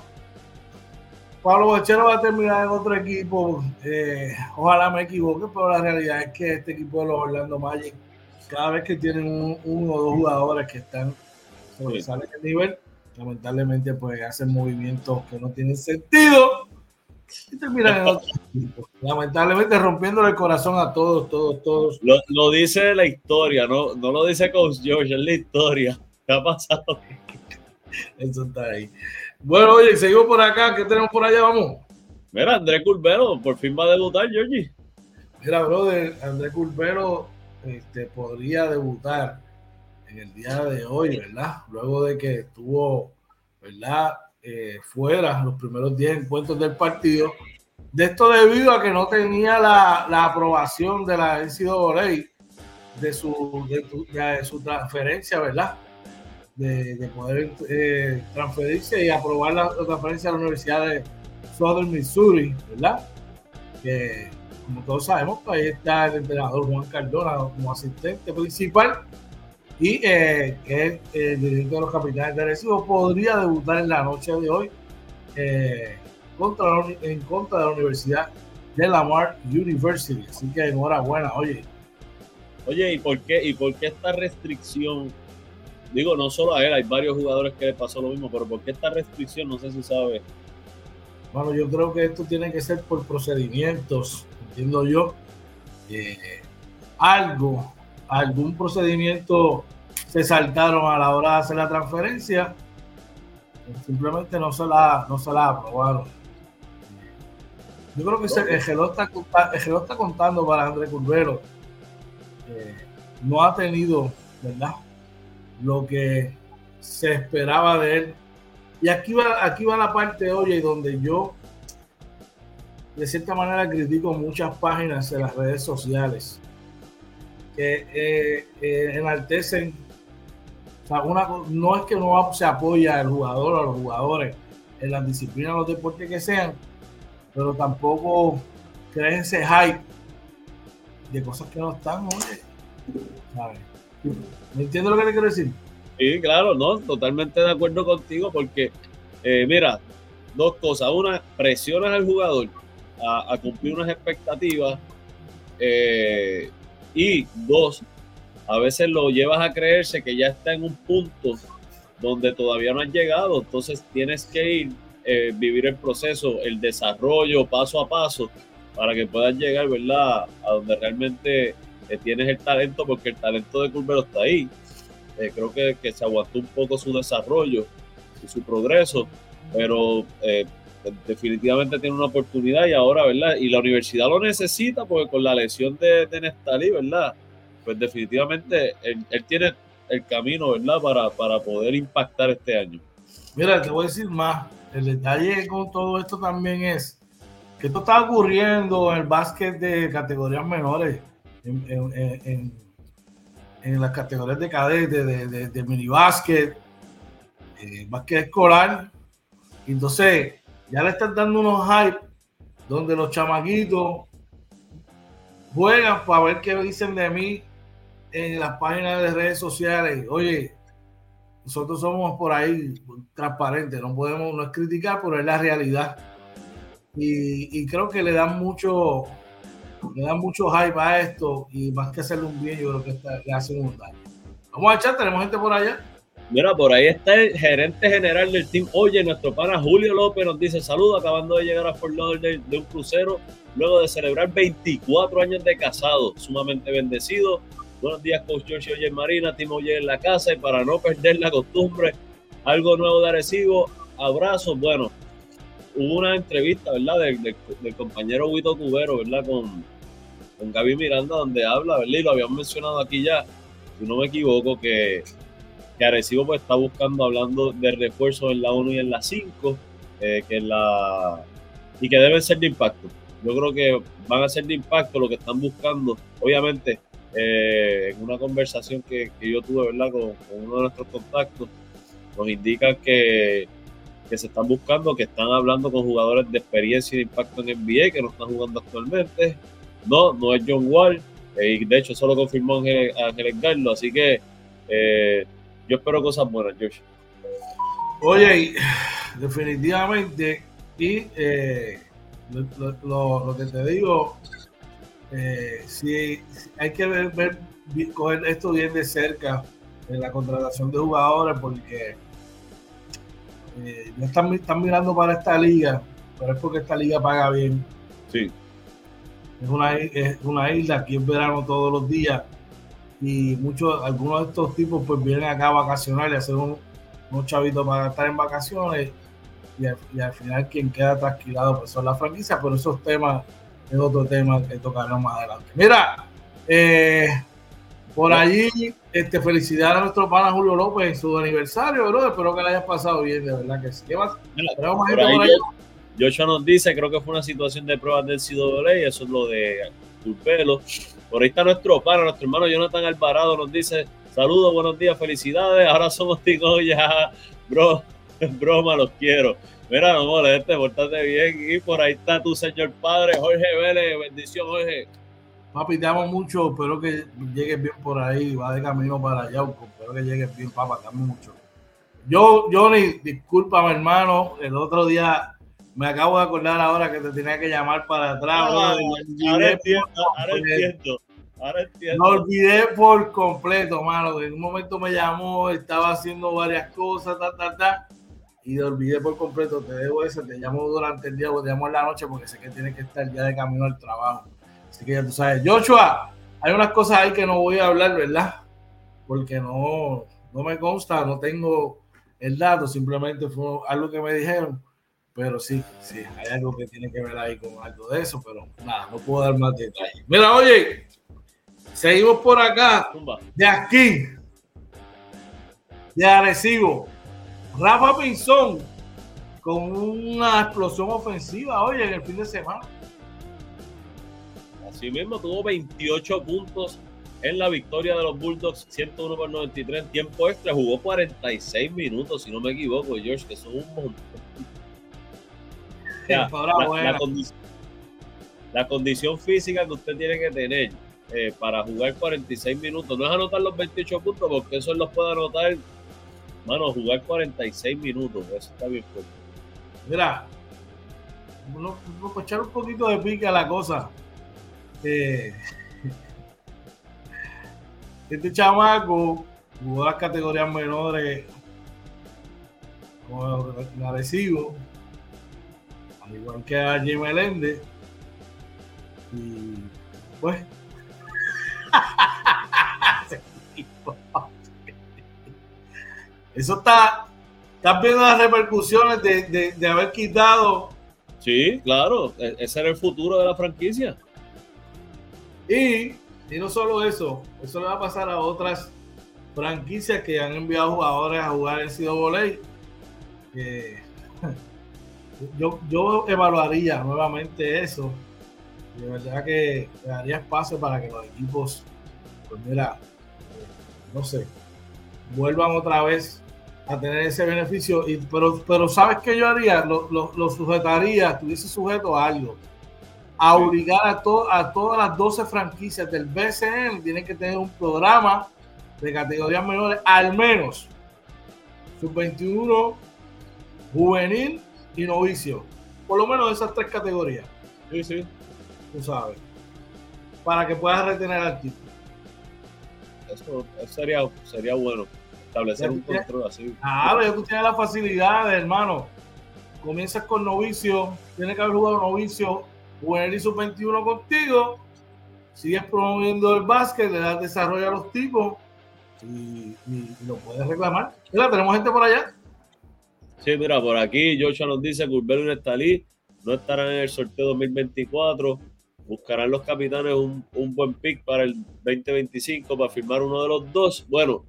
Pablo Banchero va a terminar en otro equipo. Eh, ojalá me equivoque, pero la realidad es que este equipo de los Orlando Magic, cada vez que tienen un, uno o dos jugadores que están sobresalen el nivel, lamentablemente pues hacen movimientos que no tienen sentido y terminan en otro equipo. Lamentablemente rompiéndole el corazón a todos, todos, todos. Lo, lo dice la historia, no, no lo dice Coach George, es la historia. ¿Qué ha pasado? Eso está ahí. Bueno, oye, seguimos por acá. ¿Qué tenemos por allá? Vamos. Mira, Andrés Curbelo, por fin va a debutar, Georgie. Mira, brother, Andrés Curbelo este, podría debutar en el día de hoy, ¿verdad? Luego de que estuvo, ¿verdad? Eh, fuera los primeros diez encuentros del partido. De esto debido a que no tenía la, la aprobación de la N C A A de su, de, de su transferencia, ¿verdad? De, de poder eh, transferirse y aprobar la, la transferencia a la Universidad de Southern Missouri, ¿verdad? Que, como todos sabemos, pues ahí está el entrenador Juan Cardona como asistente principal y eh, que es el dirigente de los Capitanes de Arecibo. Podría debutar en la noche de hoy eh, contra la, en contra de la Universidad de Lamar University. Así que enhorabuena, oye. Oye, ¿y por qué, y por qué esta restricción? Digo, no solo a él, hay varios jugadores que les pasó lo mismo, pero ¿por qué esta restricción? No sé si sabe. Bueno, yo creo que esto tiene que ser por procedimientos, entiendo yo. Eh, algo, algún procedimiento se saltaron a la hora de hacer la transferencia. Simplemente no se la, no se la aprobaron. Yo creo que el reloj está, el reloj está contando para Andrés Curbelo. Eh, no ha tenido, ¿verdad?, lo que se esperaba de él. Y aquí va, aquí va la parte, oye, donde yo de cierta manera critico muchas páginas en las redes sociales que eh, eh, enaltecen, o sea, una, no es que no se apoya al jugador o a los jugadores en las disciplinas, los deportes que sean, pero tampoco creen ese hype de cosas que no están, oye, ¿sabes? ¿Me entiendes lo que le quiero decir? Sí, claro, no, totalmente de acuerdo contigo porque, eh, mira, dos cosas. Una, presionas al jugador a, a cumplir unas expectativas eh, y dos, a veces lo llevas a creerse que ya está en un punto donde todavía no has llegado, entonces tienes que ir, eh, vivir el proceso, el desarrollo paso a paso para que puedas llegar, ¿verdad?, a donde realmente eh, tienes el talento, porque el talento de Curbelo está ahí. Eh, creo que, que se aguantó un poco su desarrollo y su progreso, pero eh, definitivamente tiene una oportunidad y ahora, ¿verdad? Y la universidad lo necesita porque con la lesión de, de Nestalí, ¿verdad? Pues definitivamente él, él tiene el camino, ¿verdad? Para, para poder impactar este año. Mira, te voy a decir más. El detalle con todo esto también es que esto está ocurriendo en el básquet de categorías menores, en, en, en, en las categorías de cadete, de, de, de mini básquet, eh, básquet escolar. Entonces, ya le están dando unos hype donde los chamaquitos juegan para ver qué dicen de mí en las páginas de redes sociales. Oye, nosotros somos por ahí transparentes, no podemos, no es criticar, pero es la realidad. Y, y creo que le dan mucho, le dan mucho hype a esto, y más que hacerle un bien, yo creo que está, le hacen un daño. Vamos a echar, tenemos gente por allá. Mira, por ahí está el gerente general del team. Oye, nuestro pana Julio López nos dice: saludos, acabando de llegar a Fort Lauderdale de un crucero, luego de celebrar veinticuatro años de casado, sumamente bendecido. Buenos días, Coach George y Oye Marina, Team Oye en la casa, y para no perder la costumbre, algo nuevo de Arecibo, abrazos. Bueno, hubo una entrevista, ¿verdad?, del, del, del compañero Huito Cubero, ¿verdad?, con, con Gaby Miranda, donde habla, ¿verdad?, y lo habíamos mencionado aquí ya, si no me equivoco, que, que Arecibo pues está buscando, hablando de refuerzos en la uno y en la cinco, eh, que en la, y que deben ser de impacto. Yo creo que van a ser de impacto lo que están buscando, obviamente. Eh, en una conversación que, que yo tuve, ¿verdad?, con, con uno de nuestros contactos, nos indican que, que se están buscando, que están hablando con jugadores de experiencia y de impacto en N B A que no están jugando actualmente. No, no es John Wall, eh, y de hecho eso lo confirmó Ángel, Ángel Edgardo, así que eh, yo espero cosas buenas, Josh. Oye, definitivamente, y eh, lo, lo, lo que te digo, Eh, sí, hay que ver, ver, coger esto bien de cerca en la contratación de jugadores, porque eh, ya están, están mirando para esta liga, pero es porque esta liga paga bien. Sí. Es una, es una isla, aquí es verano todos los días, y muchos, algunos de estos tipos pues vienen acá a vacacionar y a hacer un, unos chavitos para estar en vacaciones, y al, y al final quien queda trasquilado pues son las franquicias, pero esos temas es otro tema que tocaremos más adelante. Mira, eh, por allí, este, felicidades a nuestro pana Julio López en su aniversario, bro. Espero que le hayas pasado bien, de verdad que sí. ¿Qué más? Mira, por por ahí Joshua nos dice: creo que fue una situación de pruebas del C W A, y eso es lo de Curbelo. Por ahí está nuestro pana, nuestro hermano Jonathan Alvarado, nos dice: saludos, buenos días, felicidades, ahora somos Tico ya, bro, broma, los quiero. Mira, no moleste, portate bien. Y por ahí está tu señor padre, Jorge Vélez. Bendición, Jorge. Papi, te amo mucho. Espero que llegues bien por ahí. Va de camino para Yauco. Espero que llegues bien, papá. Te amo mucho. Yo, Johnny, discúlpame, hermano. El otro día me acabo de acordar ahora que te tenía que llamar para atrás. Ah, ahora entiendo, ahora entiendo. Ahora entiendo. Lo olvidé por completo, mano. En un momento me llamó, estaba haciendo varias cosas, ta, ta, ta. Y te olvidé por completo, te debo eso, te llamo durante el día o te llamo en la noche porque sé que tienes que estar ya de camino al trabajo. Así que ya tú sabes. Joshua, hay unas cosas ahí que no voy a hablar, ¿verdad? Porque no, no me consta, no tengo el dato, simplemente fue algo que me dijeron. Pero sí, sí, hay algo que tiene que ver ahí con algo de eso, pero nada, no puedo dar más detalles. Mira, oye, seguimos por acá, de aquí, de Arecibo. Rafa Pinzón con una explosión ofensiva, oye, en el fin de semana. Así mismo, tuvo veintiocho puntos en la victoria de los Bulldogs, ciento uno por noventa y tres en tiempo extra. Jugó cuarenta y seis minutos, si no me equivoco, George, que son un montón. O sea, la, la, condición, la condición física que usted tiene que tener eh, para jugar cuarenta y seis minutos, no es anotar los veintiocho puntos, porque eso él los puede anotar. Mano, jugar cuarenta y seis minutos, eso está bien fuerte. Mira, uno, uno, para echar un poquito de pique a la cosa, eh, este chamaco jugó las categorías menores como en Arecibo, al igual que a Jim Meléndez, Y pues eso está, estás viendo las repercusiones de, de, de haber quitado. Sí, claro, ese era el futuro de la franquicia. Y, y no solo eso, eso le va a pasar a otras franquicias que han enviado jugadores a jugar en N C double A. Eh, yo, yo evaluaría nuevamente eso. De verdad que le daría espacio para que los equipos, pues mira, eh, no sé, vuelvan otra vez a tener ese beneficio. Y, pero, pero ¿sabes qué yo haría? Lo, lo, lo sujetaría, estuviese sujeto a algo. A obligar a, to, a todas las doce franquicias del B C N, tienen que tener un programa de categorías menores, al menos sub veintiuno, juvenil y novicio. Por lo menos esas tres categorías. Sí, sí. Tú sabes. Para que puedas retener al tipo. Eso, eso sería, sería bueno. Establecer un tienes, control así. Claro, ya tú tienes las facilidades, hermano. Comienzas con novicio, tienes que haber jugado novicio, juvenil y sub veintiuno contigo. Sigues promoviendo el básquet, le das desarrollo a los tipos y, y, y lo puedes reclamar. Mira, tenemos gente por allá. Sí, mira, por aquí Joshua nos dice que Urbelo y Nestalí no estarán en el sorteo dos mil veinticuatro. Buscarán los capitanes un, un buen pick para el veinte veinticinco para firmar uno de los dos. Bueno,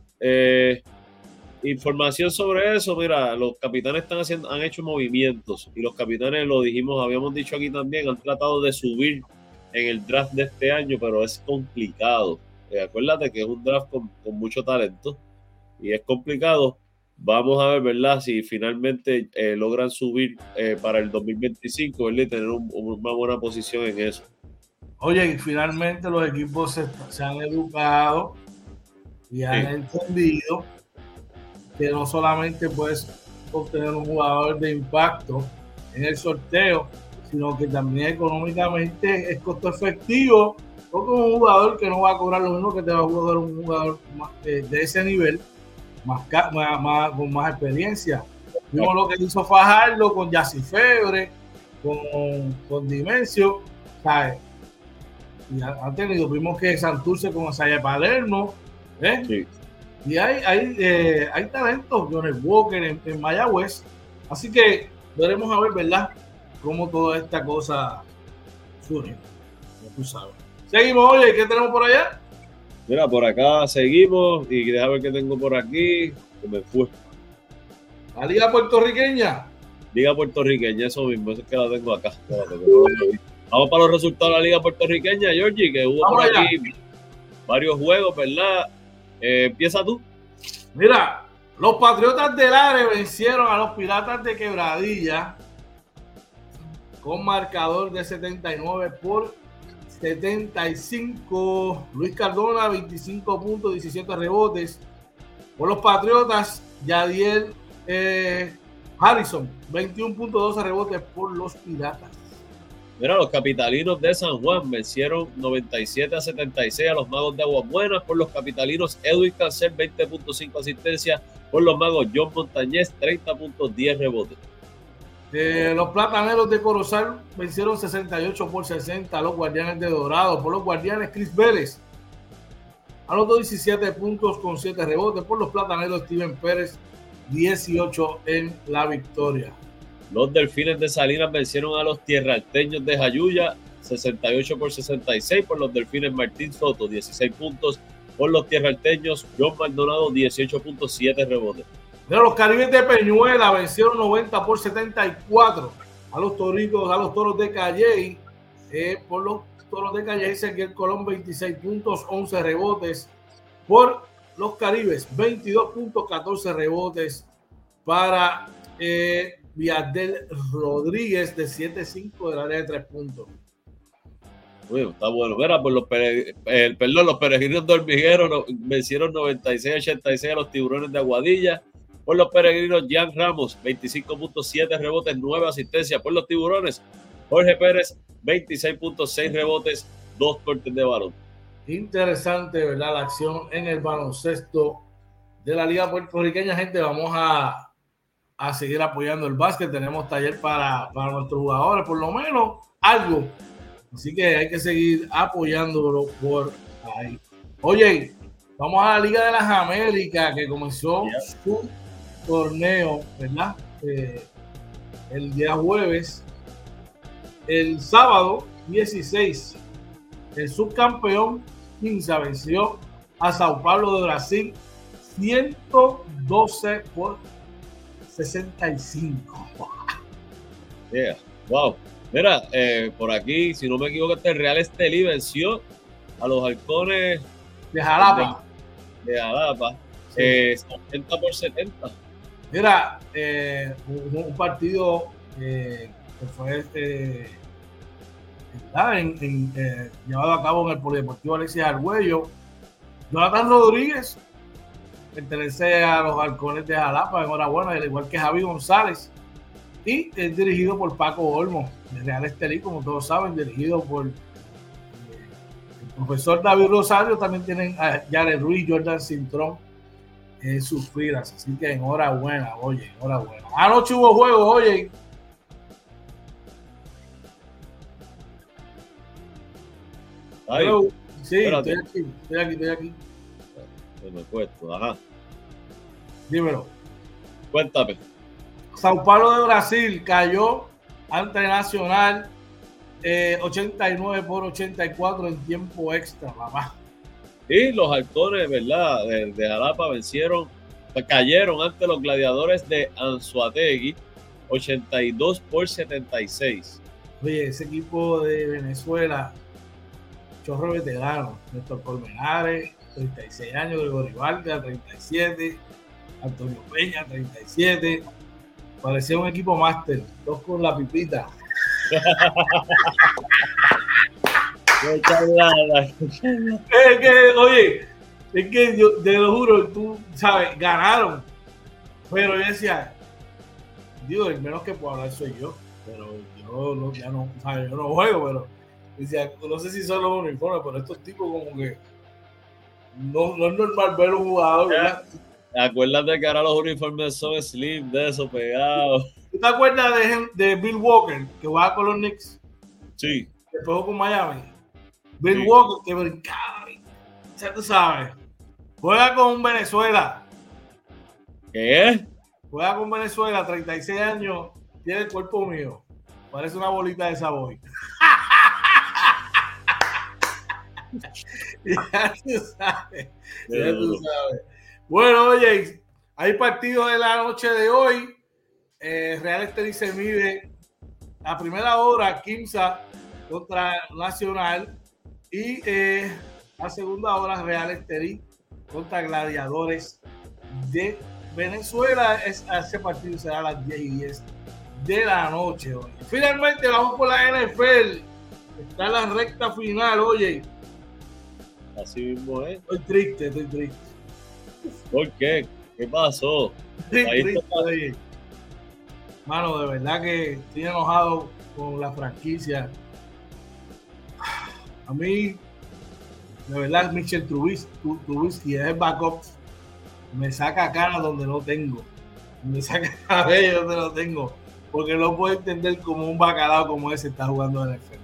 eh, información sobre eso. Mira, los capitanes están haciendo, han hecho movimientos y los capitanes, lo dijimos, habíamos dicho aquí también, han tratado de subir en el draft de este año, pero es complicado. Eh, acuérdate que es un draft con, con mucho talento y es complicado. Vamos a ver, ¿verdad? Si finalmente eh, logran subir eh, para el dos mil veinticinco, ¿verdad? Y tener un, una buena posición en eso. Oye, y finalmente los equipos se, se han educado y han sí. entendido que no solamente puedes obtener un jugador de impacto en el sorteo, sino que también económicamente es costo efectivo, porque un jugador que no va a cobrar lo mismo que te va a jugar un jugador de ese nivel, más, más, más con más experiencia. Vimos lo que hizo Fajardo con Yassi Febre, con, con Dimensio, ¿sabes? Y han tenido, vimos que Santurce con Asaya Palermo, ¿eh? Sí. Y hay, hay, eh, hay talentos, Johnny Walker en, en Mayagüez, así que veremos a ver, ¿verdad?, cómo toda esta cosa surge, como tú sabes. Seguimos, oye, ¿qué tenemos por allá? Mira, por acá seguimos y deja ver qué tengo por aquí, que me fue. La Liga Puertorriqueña. Liga Puertorriqueña, eso mismo, eso es que la tengo acá. Espérate, que no lo Vamos para los resultados de la Liga Puertorriqueña, Georgie, que hubo Vamos por aquí allá. Varios juegos, ¿verdad? Eh, empieza tú. Mira, los Patriotas del Lares vencieron a los Piratas de Quebradilla con marcador de setenta y nueve por setenta y cinco. Luis Cardona, veinticinco puntos, diecisiete rebotes. Por los Patriotas, Yadiel eh, Harrison, veintiún puntos, doce rebotes por los Piratas. Mira, los capitalinos de San Juan vencieron noventa y siete a setenta y seis a los Magos de Aguas Buenas. Por los capitalinos, Edwin Cancel, veinte punto cinco asistencias. Por los Magos, John Montañez, treinta puntos, diez rebotes. Eh, los Plataneros de Corozal vencieron sesenta y ocho por sesenta a los Guardianes de Dorado. Por los Guardianes, Chris Vélez anotó diecisiete puntos con siete rebotes. Por los Plataneros, Steven Pérez, dieciocho en la victoria. Los Delfines de Salinas vencieron a los Tierralteños de Jayuya, sesenta y ocho por sesenta y seis. Por los Delfines, Martín Soto, dieciséis puntos. Por los Tierralteños, John Maldonado, dieciocho puntos, siete rebotes. Pero los Caribes de Peñuela vencieron noventa por setenta y cuatro a los Toritos, a los Toros de Calley. Eh, por los Toros de Calley, Sergio Colón, veintiséis puntos, once rebotes. Por los Caribes, veintidós puntos, catorce rebotes para eh, Viadel Rodríguez de siete cinco del área de tres puntos. Bueno, está bueno. Mira, por los, pere, eh, perdón, los Peregrinos de Hormiguero no, vencieron noventa y seis a ochenta y seis a los Tiburones de Aguadilla. Por los Peregrinos, Jan Ramos, veinticinco puntos, siete rebotes, nueve asistencias. Por los Tiburones, Jorge Pérez, veintiséis puntos, seis rebotes, dos cortes de balón. Interesante, ¿verdad? La acción en el baloncesto de la Liga Puertorriqueña. Gente, vamos a, a seguir apoyando el básquet. Tenemos taller para, para nuestros jugadores, por lo menos algo Así que hay que seguir apoyándolo por ahí. Oye, vamos a la Liga de las Américas, que comenzó yeah. su torneo, ¿verdad? Eh, el día jueves. El sábado dieciséis, el subcampeón Quimsa venció a Sao Paulo de Brasil ciento doce por sesenta y cinco. Yeah. Wow. Mira, eh, por aquí, si no me equivoco, este Real Estelí venció a los Halcones de Jalapa. De, de Jalapa, sí. eh, setenta por setenta. Mira, eh, un, un partido eh, que fue este, en, en, eh, llevado a cabo en el Polideportivo Alexis Argüello. Jonathan Rodríguez pertenece a los Halcones de Jalapa, enhorabuena, al igual que Javi González. Y es dirigido por Paco Olmo, de Real Estelí, como todos saben, dirigido por eh, el profesor David Rosario. También tienen a Jared Ruiz, Jordan Cintrón en sus filas. Así que enhorabuena, oye, enhorabuena. Anoche hubo juegos, oye. Ay, Pero, sí, espérate. estoy aquí, estoy aquí, estoy aquí. Me cuento, ajá. Dímelo. Cuéntame. Sao Paulo de Brasil cayó ante Nacional eh, ochenta y nueve por ochenta y cuatro en tiempo extra, mamá. Y los Halcones, ¿verdad? De, de Jalapa vencieron, cayeron ante los Gladiadores de Anzoátegui ochenta y dos por setenta y seis. Oye, ese equipo de Venezuela, chorro veterano, Néstor Colmenares, treinta y seis años, Gregorio Vargas, treinta y siete, Antonio Peña, treinta y siete. Parecía un equipo máster, dos con la pipita. Es que, oye, es que yo te lo juro, tú sabes, ganaron. Pero yo decía, digo, el menos que puedo hablar soy yo. Pero yo no, ya no, ¿sabes? Yo no juego, pero decía, no sé si son los uniformes, pero estos tipos como que no, no es normal ver un jugador, ¿verdad? Acuérdate que ahora los uniformes son slim, de eso, pegados. ¿Tú te acuerdas de, de Bill Walker, que jugaba con los Knicks? Sí. Después jugó con Miami. Bill sí. Walker, que brincaba. Ya tú sabes. Juega con Venezuela. ¿Qué? Juega con Venezuela, treinta y seis años, tiene el cuerpo mío. Parece una bolita de Savoy. Ya tú sabes. Ya tú sabes. Bueno, oye, hay partidos de la noche de hoy. Eh, Real Estelí se mide a primera hora, Quimsa contra Nacional. Y eh, a segunda hora, Real Estelí contra Gladiadores de Venezuela. Es, ese partido será a las diez y diez de la noche. Oye. Finalmente, vamos por la N F L. Está en la recta final, oye. Así mismo es. Estoy triste, estoy triste. ¿Por qué? ¿Qué pasó? Estoy triste, oye. Mano, de verdad que estoy enojado con la franquicia. A mí, de verdad, Mitchell Trubisky es el backup. Me saca cara donde no tengo. Me saca cabello donde no tengo. Porque no puedo entender como un bacalao como ese está jugando en el N F L.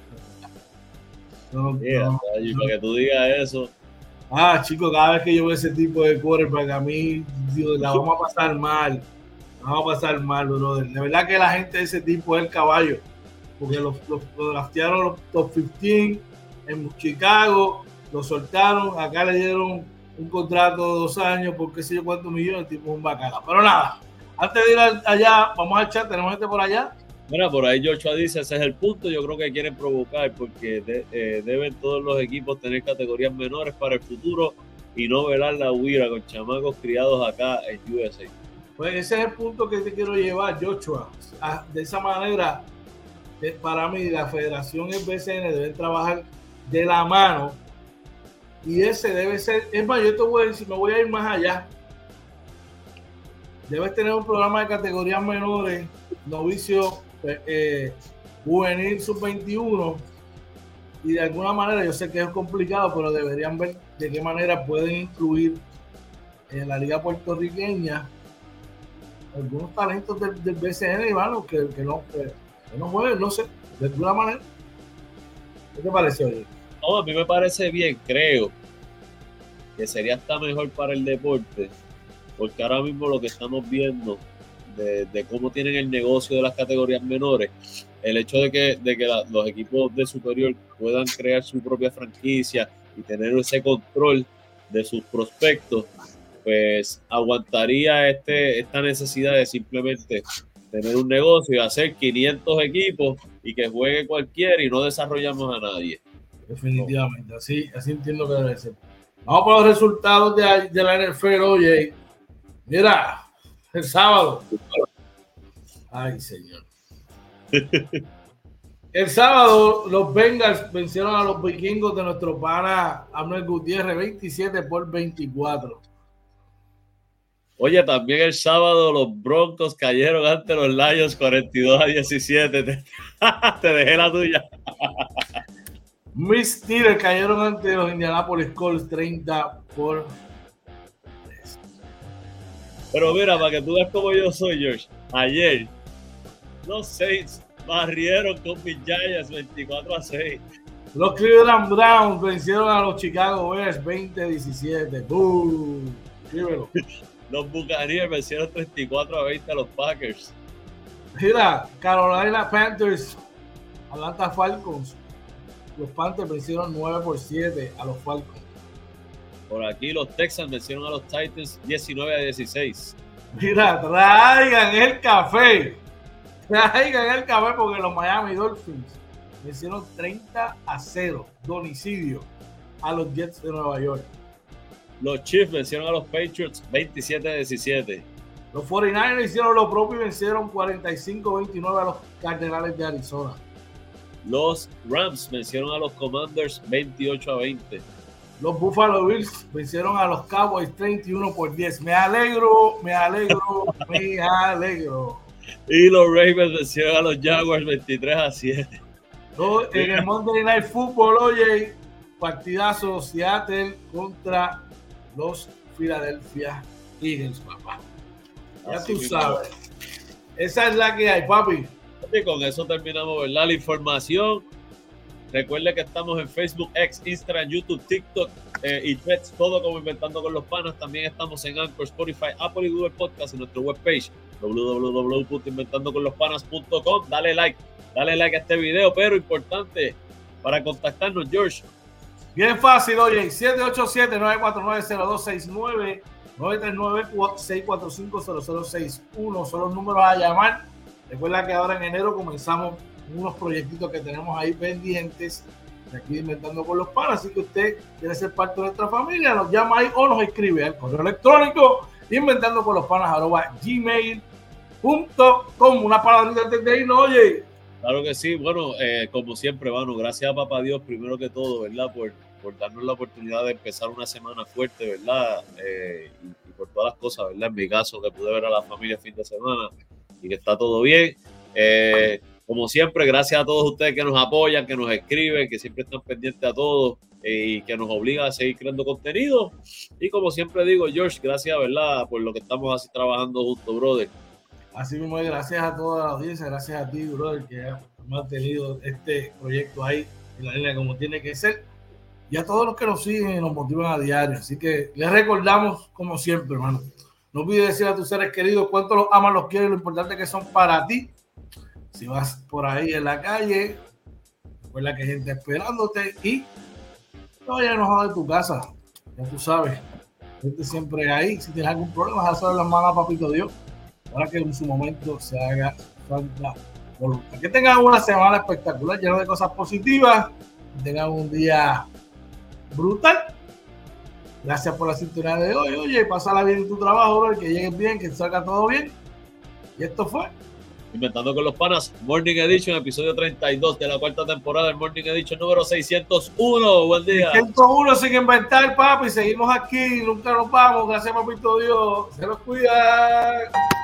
No, yeah, no, y no. para que tú digas eso. Ah, chicos, cada vez que yo veo ese tipo de quarterback, a mí, Dios, la vamos a pasar mal. La vamos a pasar mal, brother. De verdad que la gente de ese tipo es el caballo. Porque los, los, los draftearon los top quince en Chicago, lo soltaron, acá le dieron un contrato de dos años por qué sé yo cuántos millones, el tipo es un bacala. Pero nada, antes de ir allá, vamos al chat, tenemos gente por allá. Mira, por ahí Joshua dice, ese es el punto, yo creo que quieren provocar porque de, eh, deben todos los equipos tener categorías menores para el futuro y no velar la huira con chamacos criados acá en U S A. Pues ese es el punto que te quiero llevar, Joshua. De esa manera, para mí, la Federación y el B C N deben trabajar de la mano y ese debe ser, es más, yo te voy a decir, me voy a ir más allá. Debes tener un programa de categorías menores, novicio, eh, juvenil sub veintiuno y de alguna manera, yo sé que es complicado, pero deberían ver de qué manera pueden incluir en la liga puertorriqueña algunos talentos del, del B C N, hermano, que, que no que, que no jueguen, no sé, de alguna manera. ¿Qué te parece, oye? No, a mí me parece bien, creo que sería hasta mejor para el deporte, porque ahora mismo lo que estamos viendo de, de cómo tienen el negocio de las categorías menores, el hecho de que, de que la, los equipos de superior puedan crear su propia franquicia y tener ese control de sus prospectos, pues aguantaría este, esta necesidad de simplemente tener un negocio y hacer quinientos equipos y que juegue cualquiera y no desarrollamos a nadie. Definitivamente, así, así entiendo que debe ser. Vamos por los resultados de, de la N F L, oye. Mira, el sábado. Ay, señor. El sábado los Bengals vencieron a los vikingos de nuestro pana Abner Gutiérrez veintisiete por veinticuatro. Oye, también el sábado los Broncos cayeron ante los Lions cuarenta y dos a diecisiete. Te, te dejé la tuya. Mis Steelers cayeron ante los Indianapolis Colts treinta por tres. Pero mira, para que tú veas cómo yo soy, George, ayer los Saints barrieron con mis Giants veinticuatro a seis. Los Cleveland Browns vencieron a los Chicago Bears veinte a diecisiete. ¡Bum! Escríbelo. Los Buccaneers vencieron treinta y cuatro a veinte a los Packers. Mira, Carolina Panthers, Atlanta Falcons. Los Panthers vencieron nueve por siete a los Falcons. Por aquí los Texans vencieron a los Titans diecinueve a dieciséis. Mira, traigan el café. Traigan el café porque los Miami Dolphins vencieron treinta a cero, domicilio, a los Jets de Nueva York. Los Chiefs vencieron a los Patriots veintisiete a diecisiete. Los cuarenta y nueve ers hicieron lo propio y vencieron cuarenta y cinco a veintinueve a los Cardenales de Arizona. Los Rams vencieron a los Commanders veintiocho a veinte. Los Buffalo Bills vencieron a los Cowboys treinta y uno por diez. Me alegro, me alegro, me alegro. Y los Ravens vencieron a los Jaguars veintitrés a siete. En el Monday Night Football, oye, partidazo Seattle contra los Philadelphia Eagles, papá. Ya Así tú sabes. Mismo. Esa es la que hay, papi. Y con eso terminamos, ¿verdad? La información. Recuerde que estamos en Facebook, X, Instagram, YouTube, TikTok eh, y Threads, todo como Inventando con los Panas. También estamos en Anchor, Spotify, Apple y Google Podcast en nuestro webpage doble u doble u doble u punto inventando con los panas punto com. Dale like, dale like a este video, pero importante para contactarnos, George. Bien fácil, oye, siete ocho siete, nueve cuatro nueve, cero dos seis nueve, nueve tres nueve, seis cuatro cinco, cero cero seis uno son los números a llamar. Recuerda que ahora en enero comenzamos unos proyectitos que tenemos ahí pendientes de aquí Inventando con los Panas, así que usted quiere ser parte de nuestra familia, nos llama ahí o nos escribe al correo electrónico inventando con los panas arroba gmail punto com. Una palabrita antes de irnos, oye. Claro que sí, bueno, eh, como siempre, mano, gracias a Papá Dios primero que todo, ¿verdad? Por, por darnos la oportunidad de empezar una semana fuerte, ¿verdad? Eh, y, y por todas las cosas, ¿verdad? En mi caso, que pude ver a la familia el fin de semana y que está todo bien. Eh, como siempre, gracias a todos ustedes que nos apoyan, que nos escriben, que siempre están pendientes a todos eh, y que nos obligan a seguir creando contenido. Y como siempre digo, George, gracias, ¿verdad? Por lo que estamos así trabajando juntos, brother. Así mismo, gracias a toda la audiencia, gracias a ti, brother, que ha mantenido este proyecto ahí en la línea como tiene que ser. Y a todos los que nos siguen y nos motivan a diario. Así que les recordamos, como siempre, hermano. No olvides decir a tus seres queridos cuánto los amas, los quieres, lo importante que son para ti. Si vas por ahí en la calle, recuerda que hay gente esperándote y no vayas enojado de tu casa. Ya tú sabes, gente siempre ahí. Si tienes algún problema, vas a saber las manos a Papito Dios para que en su momento se haga falta voluntad. Que tengan una semana espectacular, llena de cosas positivas. Que tengan un día brutal. Gracias por la sintonía de hoy. Oye, pásala bien en tu trabajo, bro, que llegues bien, que salga todo bien. Y esto fue Inventando con los Panas, Morning Edition, episodio treinta y dos de la cuarta temporada del Morning Edition número seiscientos uno. Buen día. seiscientos uno sin inventar, papi. Seguimos aquí, nunca nos vamos. Gracias, papito Dios. Se los cuida.